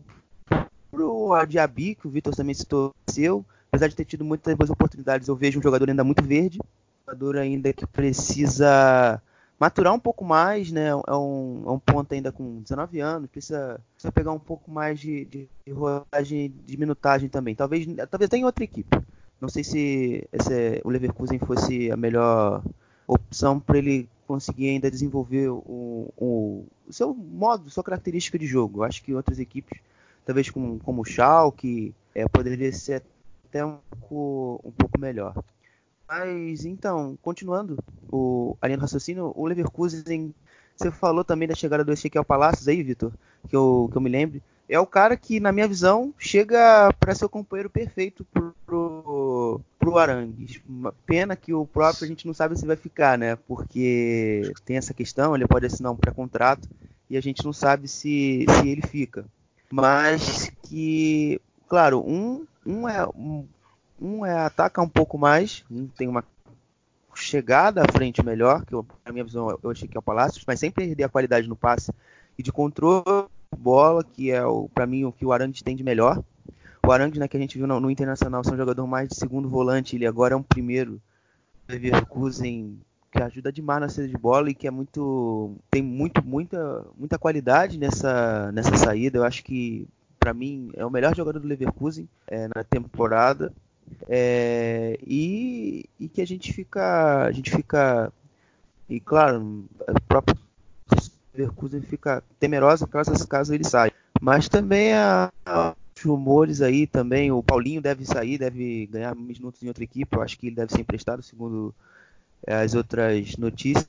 próprio Diaby, que o Vitor também citou, seu, apesar de ter tido muitas boas oportunidades, eu vejo um jogador ainda muito verde, um jogador ainda que precisa maturar um pouco mais, né? É um, é um ponto ainda com dezenove anos, precisa, precisa pegar um pouco mais de, de, de rodagem, de minutagem também. Talvez, talvez tenha outra equipe. Não sei se esse, o Leverkusen fosse a melhor opção para ele conseguir ainda desenvolver o, o, o seu modo, sua característica de jogo. Eu acho que outras equipes, talvez como, como o Schalke, é, poderia ser até um pouco, um pouco melhor. Mas, então, continuando o, a linha do raciocínio, o Leverkusen, você falou também da chegada do Ezequiel Palacios aí, Vitor, que eu, que eu me lembre, é o cara que, na minha visão, chega para ser o companheiro perfeito pro, pro, pro Arangues. Uma pena que o próprio a gente não sabe se vai ficar, né, porque tem essa questão, ele pode assinar um pré-contrato e a gente não sabe se, se ele fica. Mas que, claro, um, um é... Um, Um é ataca um pouco mais, um tem uma chegada à frente melhor, que eu, na minha visão eu achei que é o Palacios, mas sem perder a qualidade no passe e de controle de bola, que é para mim o que o Arangues tem de melhor. O Arangues, né, que a gente viu no, no Internacional, é um jogador mais de segundo volante, ele agora é um primeiro Leverkusen que ajuda demais na saída de bola e que é muito tem muito muita muita qualidade nessa nessa saída. Eu acho que para mim é o melhor jogador do Leverkusen é, na temporada. É, e, e que a gente fica a gente fica e claro, o próprio Leverkusen fica temerosa caso, caso ele saia, mas também há os rumores aí também, o Paulinho deve sair, deve ganhar minutos em outra equipe, eu acho que ele deve ser emprestado segundo as outras notícias.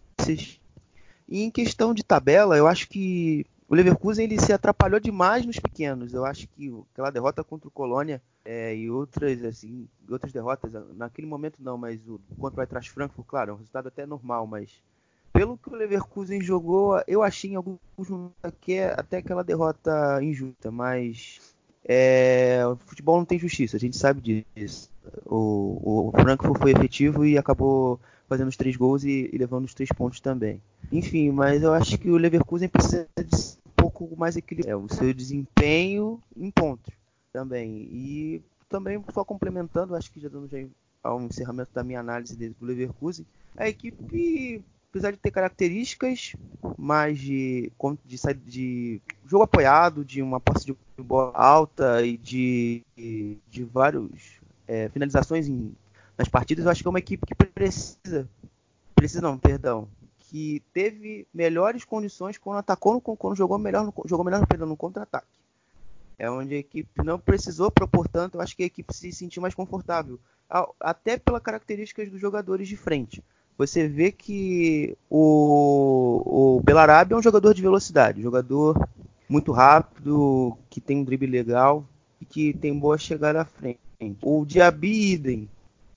E em questão de tabela, eu acho que o Leverkusen ele se atrapalhou demais nos pequenos. Eu acho que aquela derrota contra o Colônia é, e outras assim, outras derrotas, naquele momento não, mas o contra o Eintracht Frankfurt, claro, é um resultado até normal, mas pelo que o Leverkusen jogou, eu achei em alguns momentos que até aquela derrota injusta, mas é, o futebol não tem justiça, a gente sabe disso. O, o Frankfurt foi efetivo e acabou fazendo os três gols e, e levando os três pontos também. Enfim, mas eu acho que o Leverkusen precisa de um pouco mais equilibrado. É, o seu desempenho em pontos também. E também, só complementando, acho que já dando já ao encerramento da minha análise do Leverkusen, a equipe, apesar de ter características mais de, de, de jogo apoiado, de uma posse de bola alta e de, de, de vários é, finalizações em, nas partidas, eu acho que é uma equipe que precisa, precisa não, perdão, que que teve melhores condições quando atacou, no, quando jogou melhor no, jogou melhor no, perdão, no contra-ataque. É onde a equipe não precisou propor tanto, eu acho que a equipe se sentiu mais confortável, até pelas características dos jogadores de frente. Você vê que o, o Belarabe é um jogador de velocidade, um jogador muito rápido, que tem um drible legal e que tem boa chegada à frente. O Diaby idem.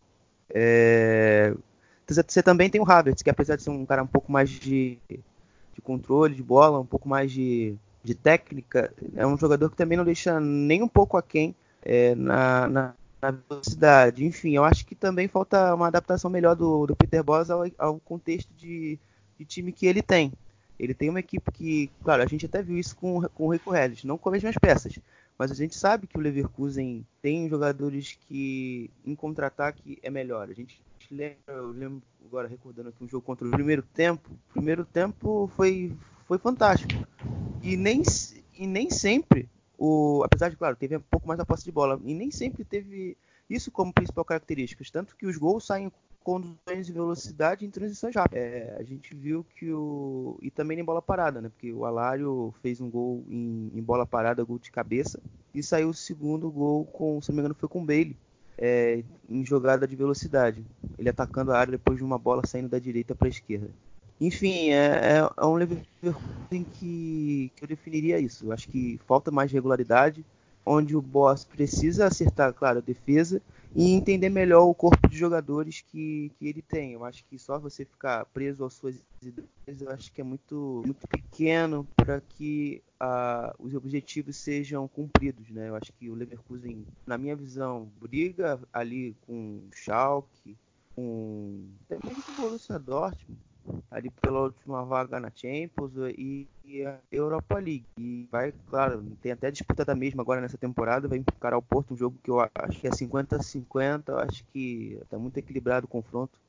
É... Você também tem o Havertz, que apesar de ser um cara um pouco mais de, de controle de bola, um pouco mais de, de técnica, é um jogador que também não deixa nem um pouco aquém é, na, na, na velocidade. Enfim, eu acho que também falta uma adaptação melhor do, do Peter Bosz ao, ao contexto de, de time que ele tem. Ele tem uma equipe que, claro, a gente até viu isso com, com o Rico Hellis, não com as mesmas peças, mas a gente sabe que o Leverkusen tem jogadores que em contra-ataque é melhor. A gente lembra, eu lembro agora recordando aqui um jogo contra o primeiro tempo. O primeiro tempo foi, foi fantástico. E nem, e nem sempre, o, apesar de, claro, teve um pouco mais a posse de bola, e nem sempre teve isso como principal característica. Tanto que os gols saem com conduções de velocidade em transições rápidas. É, a gente viu que o... E também em bola parada, né? Porque o Alário fez um gol em, em bola parada, gol de cabeça. E saiu o segundo gol, com, se não me engano, foi com o Bailey. É, em jogada de velocidade. Ele atacando a área depois de uma bola saindo da direita para a esquerda. Enfim, é, é um Leverkusen que, que eu definiria isso. Eu acho que falta mais regularidade, onde o Bosz precisa acertar, claro, a defesa e entender melhor o corpo de jogadores que, que ele tem. Eu acho que só você ficar preso às suas ideias, eu acho que é muito, muito pequeno para que uh, os objetivos sejam cumpridos, né? Eu acho que o Leverkusen, na minha visão, briga ali com o Schalke, com também com o Borussia Dortmund, ali pela última vaga na Champions e, e a Europa League. E vai, claro, tem até disputa da mesma agora nessa temporada, vai encarar o Porto, um jogo que eu acho que é cinquenta a cinquenta, eu acho que está muito equilibrado o confronto.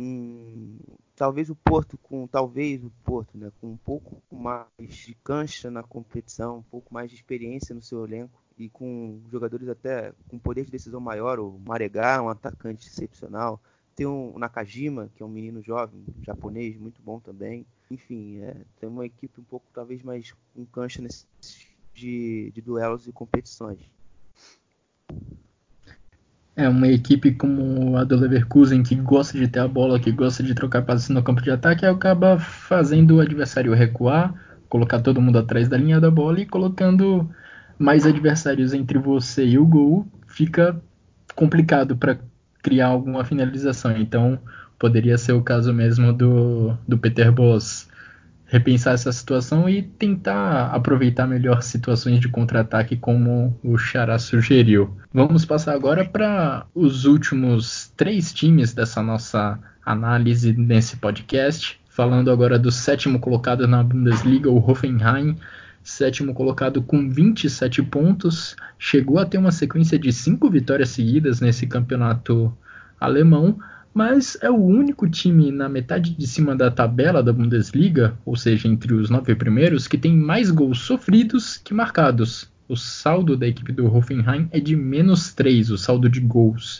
Hum, talvez o Porto com talvez o Porto, né, com um pouco mais de cancha na competição, um pouco mais de experiência no seu elenco e com jogadores até com poder de decisão maior, o Maregá, um atacante excepcional. Tem o Nakajima, que é um menino jovem, japonês, muito bom também. Enfim, é, tem uma equipe um pouco, talvez, mais com cancha nesse de, de duelos e competições. É uma equipe como a do Leverkusen, que gosta de ter a bola, que gosta de trocar passes no campo de ataque, acaba fazendo o adversário recuar, colocar todo mundo atrás da linha da bola e colocando mais adversários entre você e o gol, fica complicado para criar alguma finalização. Então poderia ser o caso mesmo do, do Peter Bosz repensar essa situação e tentar aproveitar melhor situações de contra-ataque como o Xará sugeriu. Vamos passar agora para os últimos três times dessa nossa análise nesse podcast, falando agora do sétimo colocado na Bundesliga, o Hoffenheim, sétimo colocado com vinte e sete pontos, chegou a ter uma sequência de cinco vitórias seguidas nesse campeonato alemão, mas é o único time na metade de cima da tabela da Bundesliga, ou seja, entre os nove primeiros, que tem mais gols sofridos que marcados. O saldo da equipe do Hoffenheim é de menos três, o saldo de gols.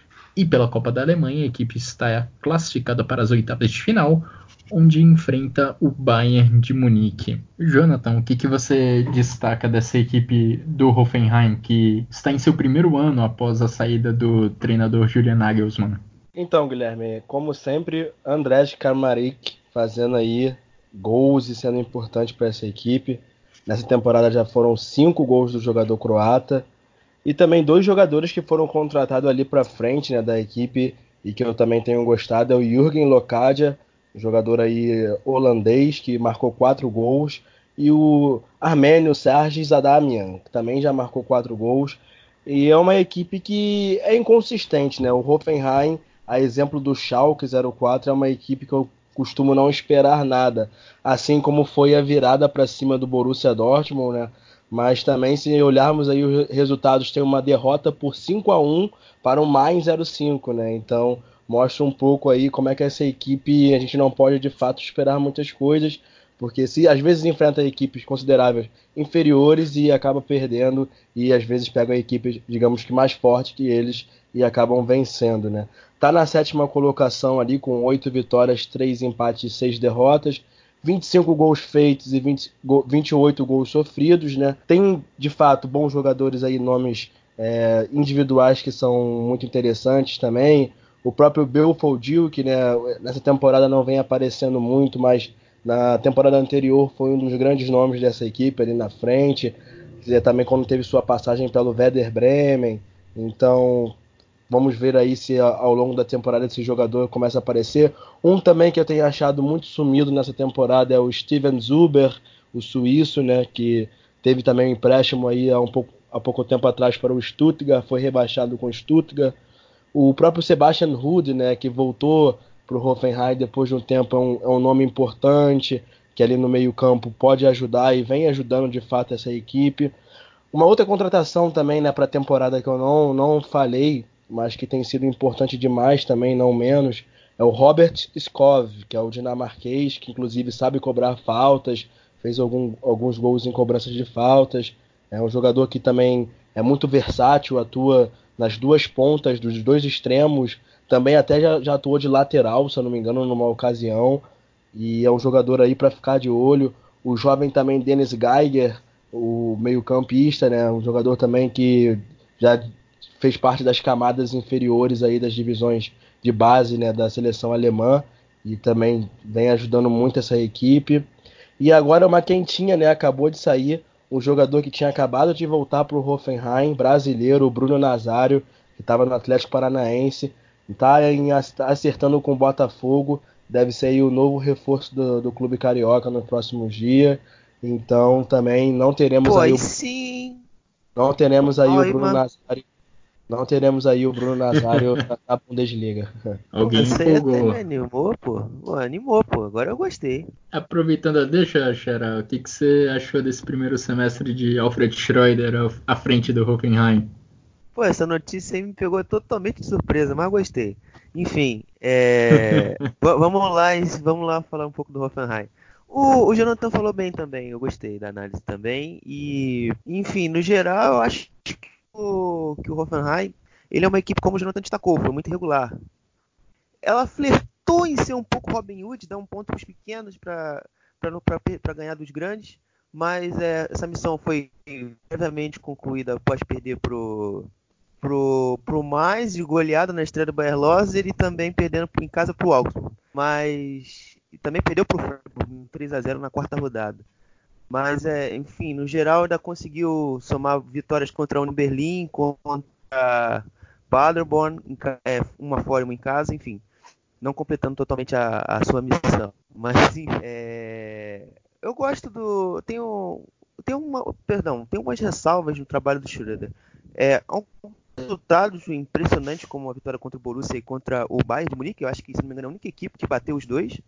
E pela Copa da Alemanha, a equipe está classificada para as oitavas de final, onde enfrenta o Bayern de Munique. Jonathan, o que, que você destaca dessa equipe do Hoffenheim, que está em seu primeiro ano após a saída do treinador Julian Nagelsmann? Então, Guilherme, como sempre, Andrés Kramaric fazendo aí gols e sendo importante para essa equipe. Nessa temporada já foram cinco gols do jogador croata e também dois jogadores que foram contratados ali para frente, né, da equipe e que eu também tenho gostado, é o Jürgen Locadia, jogador aí holandês que marcou quatro gols, e o armênio Serge Adamian, que também já marcou quatro gols. E é uma equipe que é inconsistente, né? O Hoffenheim, a exemplo do Schalke zero quatro, é uma equipe que eu costumo não esperar nada, assim como foi a virada para cima do Borussia Dortmund, né? Mas também, se olharmos aí os resultados, tem uma derrota por cinco a um para o Mainz zero cinco, né? Então mostra um pouco aí como é que essa equipe, a gente não pode de fato esperar muitas coisas, porque se às vezes enfrenta equipes consideráveis inferiores e acaba perdendo, e às vezes pega equipes, digamos que mais fortes que eles e acabam vencendo, né? Tá na sétima colocação ali com oito vitórias, três empates e seis derrotas, vinte e cinco gols feitos e vinte, vinte e oito gols sofridos, né? Tem, de fato, bons jogadores aí, nomes é, individuais que são muito interessantes também. O próprio Belfodil, que, né, nessa temporada não vem aparecendo muito, mas na temporada anterior foi um dos grandes nomes dessa equipe ali na frente. Também quando teve sua passagem pelo Werder Bremen. Então, vamos ver aí se ao longo da temporada esse jogador começa a aparecer. Um também que eu tenho achado muito sumido nessa temporada é o Steven Zuber, o suíço, né, que teve também um empréstimo aí há, um pouco, há pouco tempo atrás para o Stuttgart, foi rebaixado com o Stuttgart. O próprio Sebastian Ruud, né, que voltou para o Hoffenheim depois de um tempo, é um, é um nome importante, que ali no meio campo pode ajudar e vem ajudando de fato essa equipe. Uma outra contratação também, né, para a temporada que eu não, não falei, mas que tem sido importante demais também, não menos, é o Robert Skov, que é o dinamarquês, que inclusive sabe cobrar faltas, fez algum, alguns gols em cobranças de faltas. É um jogador que também é muito versátil, atua nas duas pontas, dos dois extremos, também até já, já atuou de lateral, se eu não me engano, numa ocasião, e é um jogador aí para ficar de olho. O jovem também Dennis Geiger, o meio-campista, né, um jogador também que já fez parte das camadas inferiores aí das divisões de base, né, da seleção alemã, e também vem ajudando muito essa equipe. E agora uma quentinha, né, acabou de sair um jogador que tinha acabado de voltar para o Hoffenheim, brasileiro, o Bruno Nazário, que estava no Atlético Paranaense, está acertando com o Botafogo, deve ser aí o novo reforço do, do clube carioca no próximo dia. Então também não teremos Pô, aí o, sim. não teremos aí Oi, o Bruno mano. Nazário, não teremos aí o Bruno Nazário na Bundesliga. Alguém Você até empolgou. me animou, pô. Pô, animou, pô. Agora eu gostei. Aproveitando a deixa, Xará, o que, que você achou desse primeiro semestre de Alfred Schroeder à frente do Hoffenheim? Pô, essa notícia aí me pegou totalmente de surpresa, mas gostei. Enfim, é... v- vamos lá, vamos lá falar um pouco do Hoffenheim. O, o Jonathan falou bem também, eu gostei da análise também. E, enfim, no geral, eu acho que o, que o Hoffenheim, ele é uma equipe, como o Jonathan destacou, foi muito irregular. Ela flertou em ser um pouco Robin Hood, dar um ponto para os pequenos para ganhar dos grandes, mas é, essa missão foi brevemente concluída após perder pro pro, pro mais de goleada na estreia do Bayer Leverkusen e também perdendo em casa pro Augsburg. Mas e também perdeu pro Freiburg um três a zero na quarta rodada. Mas é, enfim, no geral ainda conseguiu somar vitórias contra a Union Berlin, contra Paderborn, em ca- é, uma fora e uma em casa, enfim, não completando totalmente a, a sua missão. Mas sim, é, eu gosto do. Tenho, tenho uma. Perdão, tenho umas ressalvas no trabalho do Schröder. É, há um resultados impressionantes como a vitória contra o Borussia e contra o Bayern de Munique. Eu acho que, se não me engano, é a única equipe que bateu os dois.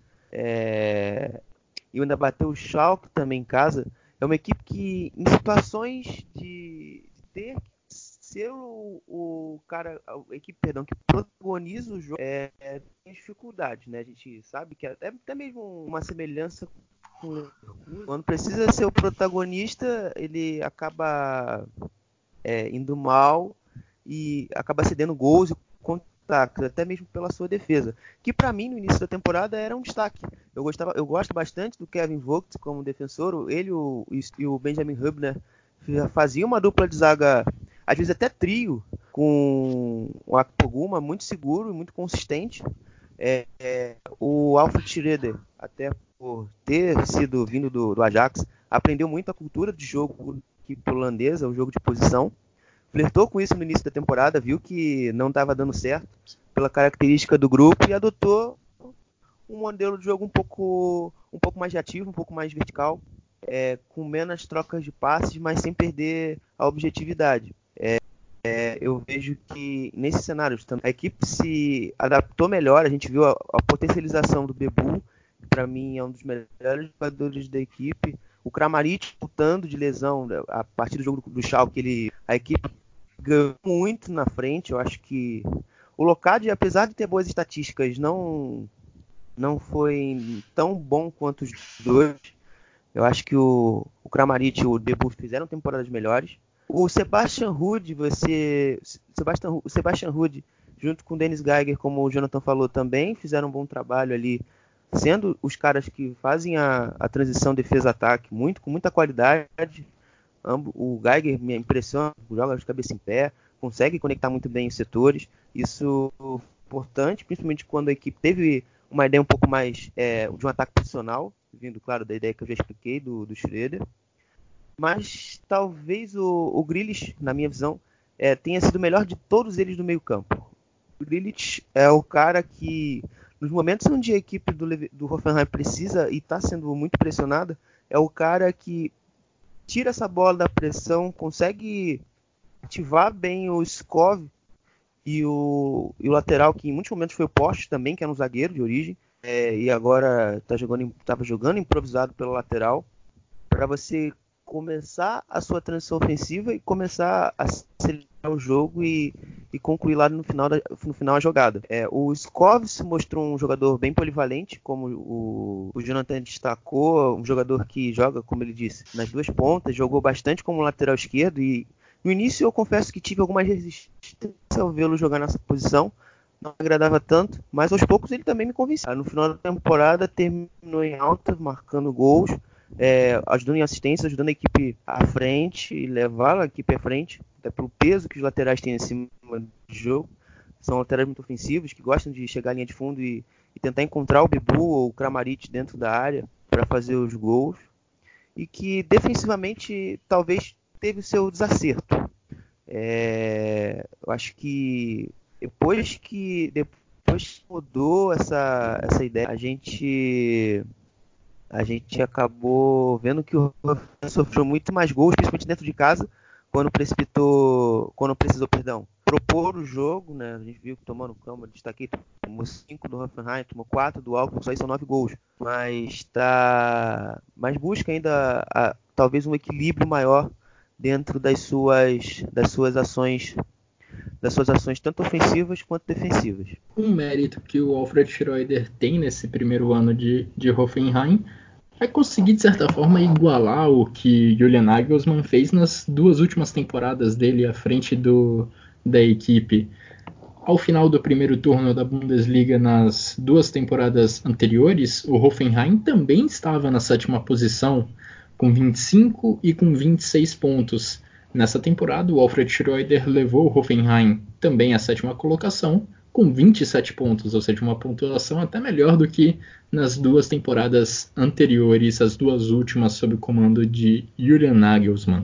É, e ainda bateu o Schalke também em casa. É uma equipe que, em situações de, de ter que ser o, o cara, a equipe, perdão, que protagoniza o jogo, é, é, tem dificuldades, né? A gente sabe que é até mesmo uma semelhança com quando precisa ser o protagonista, ele acaba é, indo mal e acaba cedendo gols e contra-ataques, até mesmo pela sua defesa, que para mim no início da temporada era um destaque. Eu gostava, eu gosto bastante do Kevin Vogt como defensor, ele o, e o Benjamin Hübner faziam uma dupla de zaga, às vezes até trio, com o Akpoguma muito seguro e muito consistente. É, é, o Alfred Schröder, até por ter sido vindo do, do Ajax, aprendeu muito a cultura de jogo equipe holandesa, o jogo de posição. Flertou com isso no início da temporada, viu que não estava dando certo pela característica do grupo e adotou um modelo de jogo um pouco, um pouco mais reativo, um pouco mais vertical, é, com menos trocas de passes, mas sem perder a objetividade. É, é, eu vejo que nesse cenário a equipe se adaptou melhor, a gente viu a, a potencialização do Bebu, que para mim é um dos melhores jogadores da equipe. O Kramaric voltando de lesão a partir do jogo do, do Schalke, ele, a equipe ganhou muito na frente. Eu acho que o Locadi, apesar de ter boas estatísticas, não, não foi tão bom quanto os dois. Eu acho que o, o Kramaric e o Debus fizeram temporadas melhores. O Sebastian Ruud, você, Sebastian, o Sebastian Ruud, junto com o Dennis Geiger, como o Jonathan falou também, fizeram um bom trabalho ali, sendo os caras que fazem a, a transição defesa-ataque muito, com muita qualidade. O Geiger me impressiona, joga de cabeça em pé, consegue conectar muito bem os setores. Isso é importante, principalmente quando a equipe teve uma ideia um pouco mais é, de um ataque posicional, vindo, claro, da ideia que eu já expliquei do, do Schröder. Mas talvez o, o Grealish, na minha visão, é, tenha sido o melhor de todos eles do meio campo. O Grealish é o cara que, nos momentos onde a equipe do, do Hoffenheim precisa e está sendo muito pressionada, é o cara que tira essa bola da pressão, consegue ativar bem o Skov e o, e o lateral, que em muitos momentos foi o Post também, que era um zagueiro de origem, é, e agora estava jogando, jogando improvisado pelo lateral, para você começar a sua transição ofensiva e começar a acelerar o jogo e, e concluir lá no final, da, no final a jogada. É, o Skov se mostrou um jogador bem polivalente, como o, o Jonathan destacou, um jogador que joga, como ele disse, nas duas pontas, jogou bastante como lateral esquerdo e no início eu confesso que tive alguma resistência ao vê-lo jogar nessa posição, não me agradava tanto, mas aos poucos ele também me convenceu. No final da temporada terminou em alta, marcando gols, É, ajudando em assistência, ajudando a equipe à frente e levar a equipe à frente, até pelo peso que os laterais têm em cima do jogo. São laterais muito ofensivos, que gostam de chegar à linha de fundo e, e tentar encontrar o Bibu ou o Kramaric dentro da área para fazer os gols. E que defensivamente talvez teve o seu desacerto. É, eu acho que depois que depois que mudou essa, essa ideia, a gente... a gente acabou vendo que o Hoffenheim sofreu muito mais gols, principalmente dentro de casa, quando precipitou, quando precisou, perdão, propor o jogo, né? A gente viu que tomando cama, destaquei, tomou cinco do Hoffenheim, tomou quatro do Augsburg, só aí são nove gols. Mas tá, mas busca ainda a, talvez um equilíbrio maior dentro das suas, das suas ações, das suas ações tanto ofensivas quanto defensivas. Um mérito que o Alfred Schröder tem nesse primeiro ano de, de Hoffenheim é conseguir, de certa forma, igualar o que Julian Nagelsmann fez nas duas últimas temporadas dele à frente do, da equipe. Ao final do primeiro turno da Bundesliga, nas duas temporadas anteriores, o Hoffenheim também estava na sétima posição, com vinte e cinco e com vinte e seis pontos. Nessa temporada, o Alfred Schröder levou o Hoffenheim também à sétima colocação, com vinte e sete pontos, ou seja, uma pontuação até melhor do que nas duas temporadas anteriores, as duas últimas sob o comando de Julian Nagelsmann.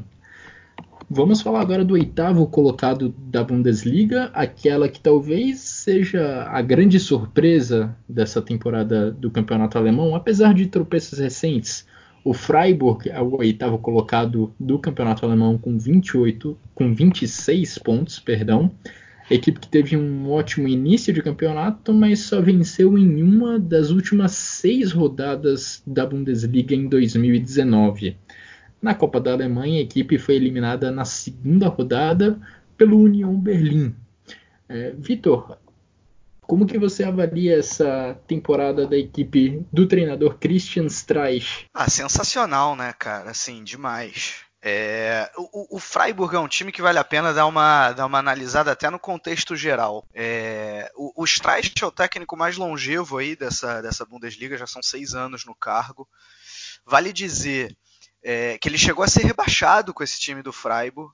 Vamos falar agora do oitavo colocado da Bundesliga, aquela que talvez seja a grande surpresa dessa temporada do campeonato alemão, apesar de tropeços recentes. O Freiburg é o oitavo colocado do campeonato alemão com vinte e oito, com vinte e seis pontos, perdão. Equipe que teve um ótimo início de campeonato, mas só venceu em uma das últimas seis rodadas da Bundesliga em dois mil e dezenove. Na Copa da Alemanha, a equipe foi eliminada na segunda rodada pelo Union Berlim. É, Vitor, como que você avalia essa temporada da equipe do treinador Christian Streich? Ah, sensacional, né, cara? Assim, demais. É, o, o Freiburg é um time que vale a pena dar uma, dar uma analisada até no contexto geral. É, o, o Streich é o técnico mais longevo aí dessa, dessa Bundesliga, já são seis anos no cargo. Vale dizer é, que ele chegou a ser rebaixado com esse time do Freiburg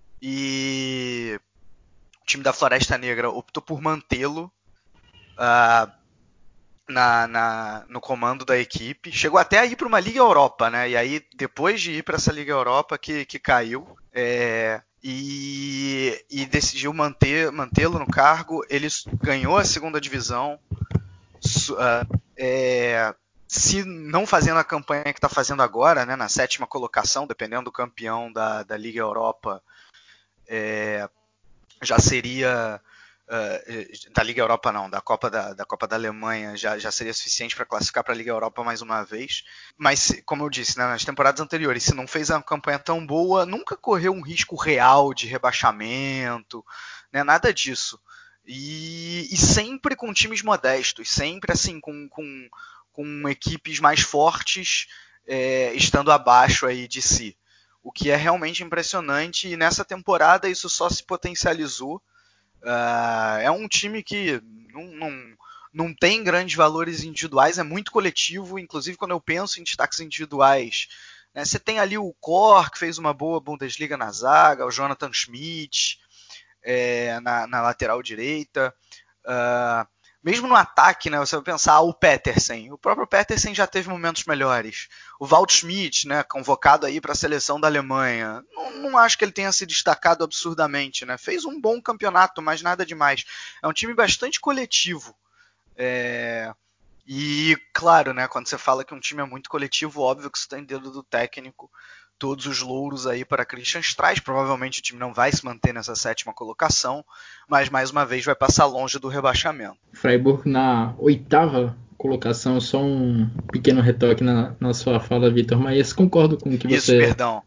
e o time da Floresta Negra optou por mantê-lo uh, Na, na, no comando da equipe, chegou até a ir para uma Liga Europa, né? E aí depois de ir para essa Liga Europa que, que caiu é, e, e decidiu manter, mantê-lo no cargo. Ele ganhou a segunda divisão, uh, é, se não fazendo a campanha que está fazendo agora, né? Na sétima colocação, dependendo do campeão da, da Liga Europa, é, já seria Uh, da Liga Europa não, da Copa da, da Copa da Alemanha já, já seria suficiente para classificar para a Liga Europa mais uma vez, mas como eu disse, né, nas temporadas anteriores, se não fez uma campanha tão boa, nunca correu um risco real de rebaixamento, né, nada disso, e, e sempre com times modestos, sempre assim, com, com, com equipes mais fortes, é, estando abaixo aí de si. O que é realmente impressionante, e nessa temporada isso só se potencializou. Uh, é um time que não, não, não tem grandes valores individuais, é muito coletivo, inclusive quando eu penso em destaques individuais, né, você tem ali o Kor, que fez uma boa Bundesliga na zaga, o Jonathan Schmidt é, na, na lateral direita, uh, mesmo no ataque, né, você vai pensar ah, o Petersen, o próprio Petersen já teve momentos melhores, o Waldschmidt, né, convocado aí para a seleção da Alemanha, não, não acho que ele tenha se destacado absurdamente, né, fez um bom campeonato, mas nada demais, é um time bastante coletivo, é... e claro, né, quando você fala que um time é muito coletivo, óbvio que isso tem dedo do técnico, todos os louros aí para Christian Streich, provavelmente o time não vai se manter nessa sétima colocação, mas mais uma vez vai passar longe do rebaixamento. Freiburg na oitava colocação, só um pequeno retoque na, na sua fala, Vitor, mas concordo com o que Isso, você... Isso, perdão.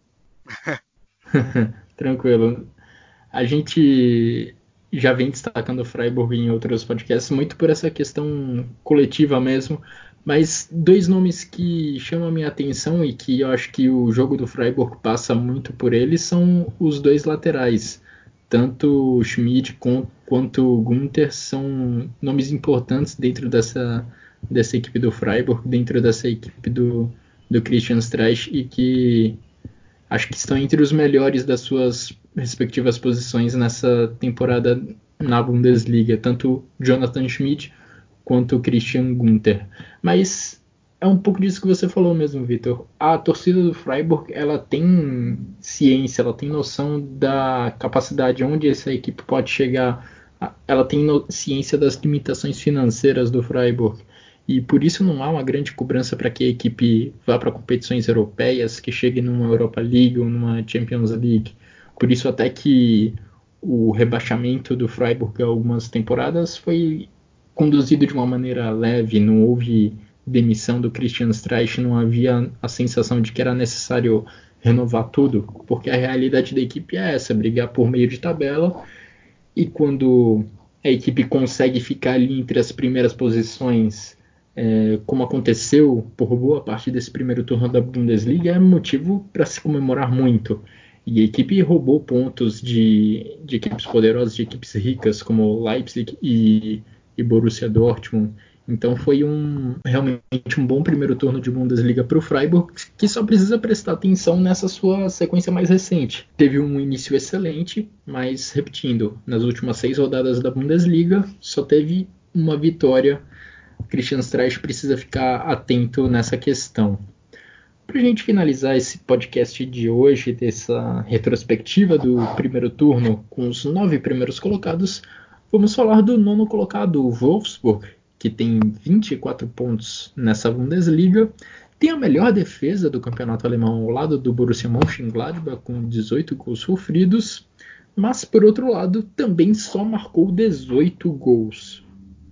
Tranquilo. A gente já vem destacando o Freiburg em outros podcasts, muito por essa questão coletiva mesmo, mas dois nomes que chamam a minha atenção e que eu acho que o jogo do Freiburg passa muito por eles são os dois laterais. Tanto o Schmidt quanto o Günther são nomes importantes dentro dessa, dessa equipe do Freiburg, dentro dessa equipe do, do Christian Streich, e que acho que estão entre os melhores das suas respectivas posições nessa temporada na Bundesliga, tanto Jonathan Schmidt quanto o Christian Günther. Mas é um pouco disso que você falou mesmo, Vitor. A torcida do Freiburg, ela tem ciência, ela tem noção da capacidade onde essa equipe pode chegar. Ela tem no- ciência das limitações financeiras do Freiburg. E por isso não há uma grande cobrança para que a equipe vá para competições europeias, que chegue numa Europa League ou numa Champions League. Por isso até que o rebaixamento do Freiburg há algumas temporadas foi conduzido de uma maneira leve, não houve demissão do Christian Streich, não havia a sensação de que era necessário renovar tudo, porque a realidade da equipe é essa, brigar por meio de tabela, e quando a equipe consegue ficar ali entre as primeiras posições, é, como aconteceu por boa parte desse primeiro turno da Bundesliga, é motivo para se comemorar muito. E a equipe roubou pontos de, de equipes poderosas, de equipes ricas, como Leipzig e, e Borussia Dortmund. Então foi um, realmente um bom primeiro turno de Bundesliga para o Freiburg, que só precisa prestar atenção nessa sua sequência mais recente. Teve um início excelente, mas, repetindo, nas últimas seis rodadas da Bundesliga, só teve uma vitória. Christian Streich precisa ficar atento nessa questão. Para a gente finalizar esse podcast de hoje, dessa retrospectiva do primeiro turno com os nove primeiros colocados, vamos falar do nono colocado, o Wolfsburg, que tem vinte e quatro pontos nessa Bundesliga, tem a melhor defesa do campeonato alemão ao lado do Borussia Mönchengladbach, com dezoito gols sofridos, mas, por outro lado, também só marcou dezoito gols.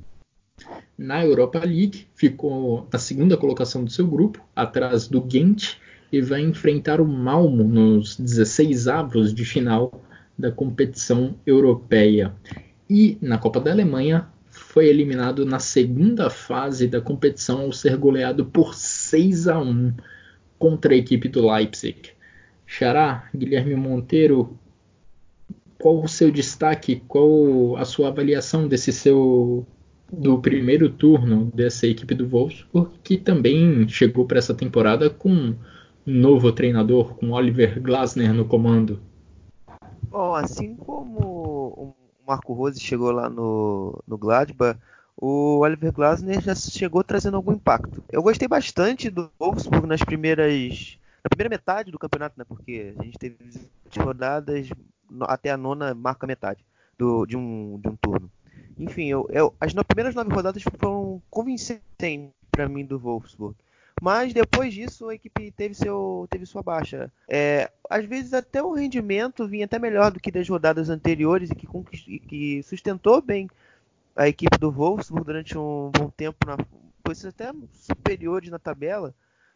Na Europa League, ficou na segunda colocação do seu grupo, atrás do Ghent, e vai enfrentar o Malmo nos dezesseis avos de final da competição europeia. E na Copa da Alemanha, foi eliminado na segunda fase da competição ao ser goleado por seis a um contra a equipe do Leipzig. Xará, Guilherme Monteiro, qual o seu destaque, qual a sua avaliação desse seu... do primeiro turno dessa equipe do Wolfsburg, que também chegou para essa temporada com um novo treinador, com Oliver Glasner no comando? Bom, assim como o Marco Rose chegou lá no, no Gladbach, o Oliver Glasner já chegou trazendo algum impacto. Eu gostei bastante do Wolfsburg nas primeiras, na primeira metade do campeonato, né? Porque a gente teve rodadas, até a nona marca metade do, de, um, de um turno. Enfim, eu, eu, as no, primeiras nove rodadas foram convincentes para mim do Wolfsburg. Mas depois disso a equipe teve, seu, teve sua baixa. É, às vezes até o rendimento vinha até melhor do que das rodadas anteriores e que, e que sustentou bem a equipe do Wolfsburg durante um bom tempo, na, pois até superiores na tabela.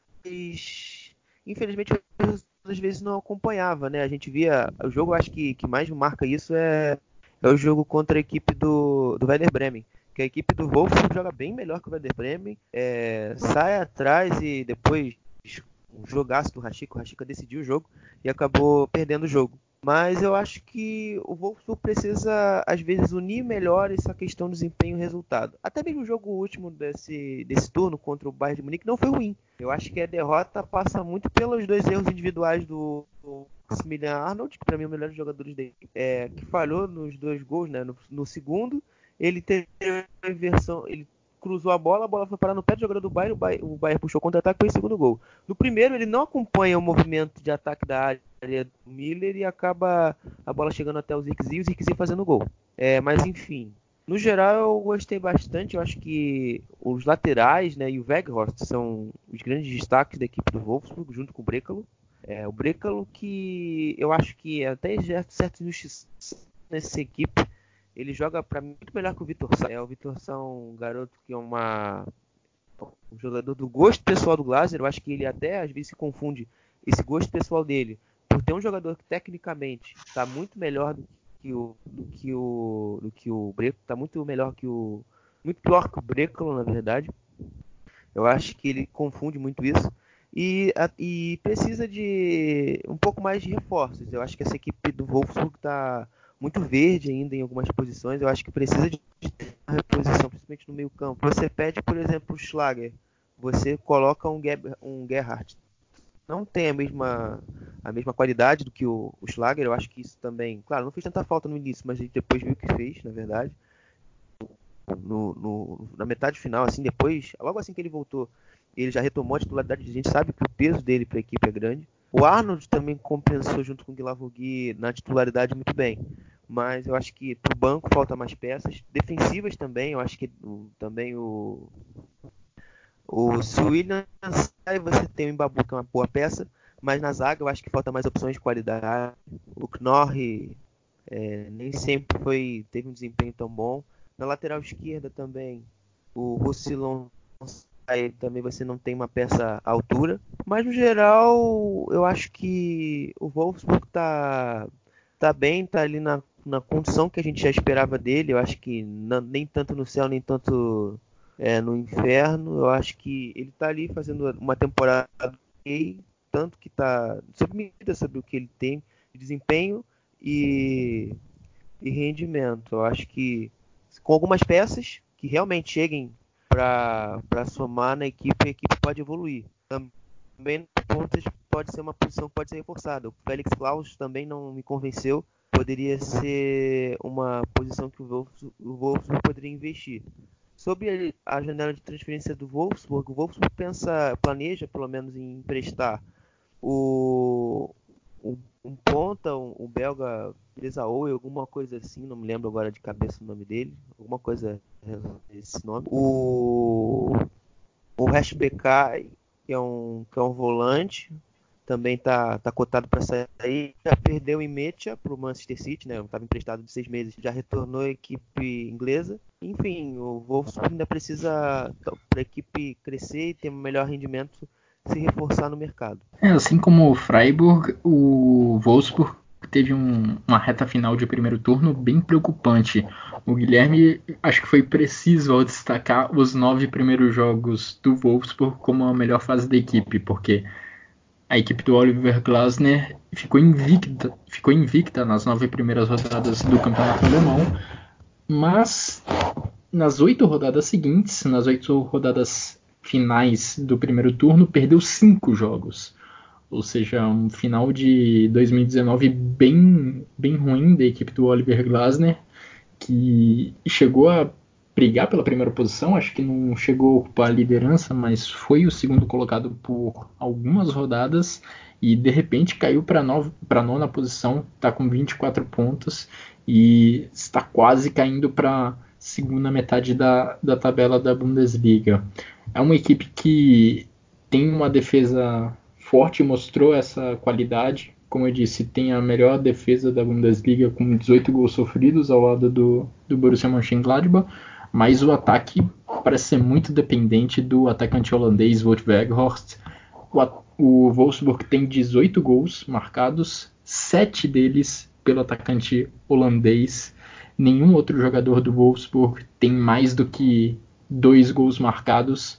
Mas infelizmente às vezes não acompanhava, né? A gente via, o jogo acho que, que mais marca isso é É o jogo contra a equipe do, do Werder Bremen. Que a equipe do Wolfsburg joga bem melhor que o Werder Bremen. É, sai atrás e depois um jogaço do Rashica. O Rashica decidiu o jogo e acabou perdendo o jogo. Mas eu acho que o Wolfsburg precisa, às vezes, unir melhor essa questão de desempenho e resultado. Até mesmo o jogo último desse, desse turno contra o Bayern de Munique não foi ruim. Eu acho que a derrota passa muito pelos dois erros individuais do, do Maximilian Arnold, que para mim é o melhor dos jogadores dele, é, que falhou nos dois gols, né? No, no segundo, ele teve a inversão, ele cruzou a bola, a bola foi parar no pé do jogador do Bayern, o Bayern, o Bayern puxou contra-ataque e foi o segundo gol. No primeiro, ele não acompanha o movimento de ataque da área do Miller e acaba a bola chegando até o Zirkzee e o Zirkzee fazendo gol. É, mas enfim, no geral eu gostei bastante. Eu acho que os laterais, né, e o Weghorst são os grandes destaques da equipe do Wolfsburg, junto com o Brekalo. É, o Brekalo que eu acho que até certa injustiça nessa equipe. Ele joga para mim muito melhor que o Vitor Sá. É, o Vitor Sá é um garoto que é uma, um jogador do gosto pessoal do Glasner. Eu acho que ele até às vezes se confunde esse gosto pessoal dele por ter um jogador que tecnicamente está muito melhor do que o do que o do que o Breco, está muito melhor que o muito pior que o Brekalo, na verdade. Eu acho que ele confunde muito isso e, a, e precisa de um pouco mais de reforços. Eu acho que essa equipe do Wolfsburg está muito verde ainda em algumas posições. Eu acho que precisa de ter uma reposição, principalmente no meio campo. Você pede, por exemplo, o Schlager, você coloca um, Ge- um Gerhardt. Não tem a mesma, a mesma qualidade do que o, o Schlager. Eu acho que isso também, claro, não fez tanta falta no início, mas a gente depois viu que fez, na verdade. No, no, na metade final, assim, depois, logo assim que ele voltou, ele já retomou a titularidade. A gente sabe que o peso dele para a equipe é grande. O Arnold também compensou junto com o Guilavogui na titularidade muito bem. Mas eu acho que pro banco falta mais peças. Defensivas também, eu acho que o, também o... O Williams, aí você tem o Mbabu, que é uma boa peça. Mas na zaga eu acho que falta mais opções de qualidade. O Knorr é, nem sempre foi, teve um desempenho tão bom. Na lateral esquerda também, o Roussillon, aí também você não tem uma peça à altura. Mas no geral, eu acho que o Wolfsburg tá, tá bem, tá ali na, na condição que a gente já esperava dele. Eu acho que não, nem tanto no céu, nem tanto é, no inferno. Eu acho que ele tá ali fazendo uma temporada ok, tanto que tá sob medida sobre o que ele tem de desempenho e, e rendimento. Eu acho que com algumas peças que realmente cheguem para somar na equipe, a equipe pode evoluir. Também nas pontas pode ser uma posição que pode ser reforçada. O Felix Klaus também não me convenceu. Poderia ser uma posição que o Wolfsburg, o Wolfsburg poderia investir. Sobre a janela de transferência do Wolfsburg, o Wolfsburg pensa, planeja pelo menos em emprestar o, um, um ponta, um, um belga Bresaoui, alguma coisa assim, não me lembro agora de cabeça o nome dele, alguma coisa esse nome. O, o Hash B K, que é um, que é um volante, também tá, tá cotado para sair. Já perdeu em Mecha para o Manchester City, né? Estava emprestado de seis meses, já retornou à equipe inglesa. Enfim, o Wolfsburg ainda precisa, para a equipe crescer e ter um melhor rendimento, se reforçar no mercado. É, assim como o Freiburg, o Wolfsburg teve um, uma reta final de primeiro turno bem preocupante. O Guilherme, acho que foi preciso ao destacar os nove primeiros jogos do Wolfsburg como a melhor fase da equipe, porque a equipe do Oliver Glasner ficou invicta, ficou invicta nas nove primeiras rodadas do campeonato alemão, mas nas oito rodadas seguintes, nas oito rodadas finais do primeiro turno, perdeu cinco jogos. Ou seja, um final de dois mil e dezenove bem, bem ruim da equipe do Oliver Glasner, que chegou a brigar pela primeira posição, acho que não chegou a ocupar a liderança, mas foi o segundo colocado por algumas rodadas e de repente caiu para a nona posição, está com vinte e quatro pontos e está quase caindo para a segunda metade da, da tabela da Bundesliga. É uma equipe que tem uma defesa forte, mostrou essa qualidade. Como eu disse, tem a melhor defesa da Bundesliga com dezoito gols sofridos ao lado do, do Borussia Mönchengladbach, mas o ataque parece ser muito dependente do atacante holandês Wout Weghorst. O, o Wolfsburg tem dezoito gols marcados, sete deles pelo atacante holandês. Nenhum outro jogador do Wolfsburg tem mais do que dois gols marcados.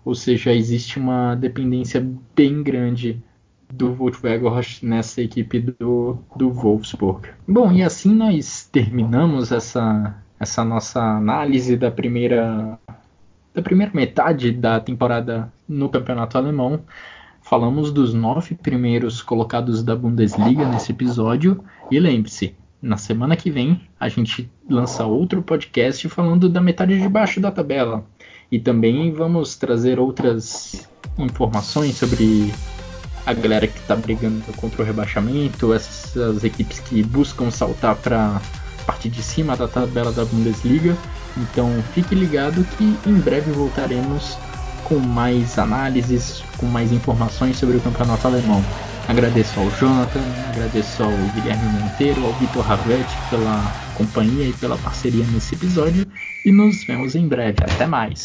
ou seja, existe uma dependência bem grande do Wout Weghorst nessa equipe do, do Wolfsburg. Bom, e assim nós terminamos essa, essa nossa análise da primeira, da primeira metade da temporada no campeonato alemão. Falamos dos nove primeiros colocados da Bundesliga nesse episódio. E lembre-se, na semana que vem a gente lança outro podcast falando da metade de baixo da tabela. E também vamos trazer outras informações sobre a galera que está brigando contra o rebaixamento, essas equipes que buscam saltar para a parte de cima da tabela da Bundesliga. Então fique ligado que em breve voltaremos com mais análises, com mais informações sobre o campeonato alemão. Agradeço ao Jonathan, agradeço ao Guilherme Monteiro, ao Vitor Ravetti pela companhia e pela parceria nesse episódio, e nos vemos em breve. Até mais!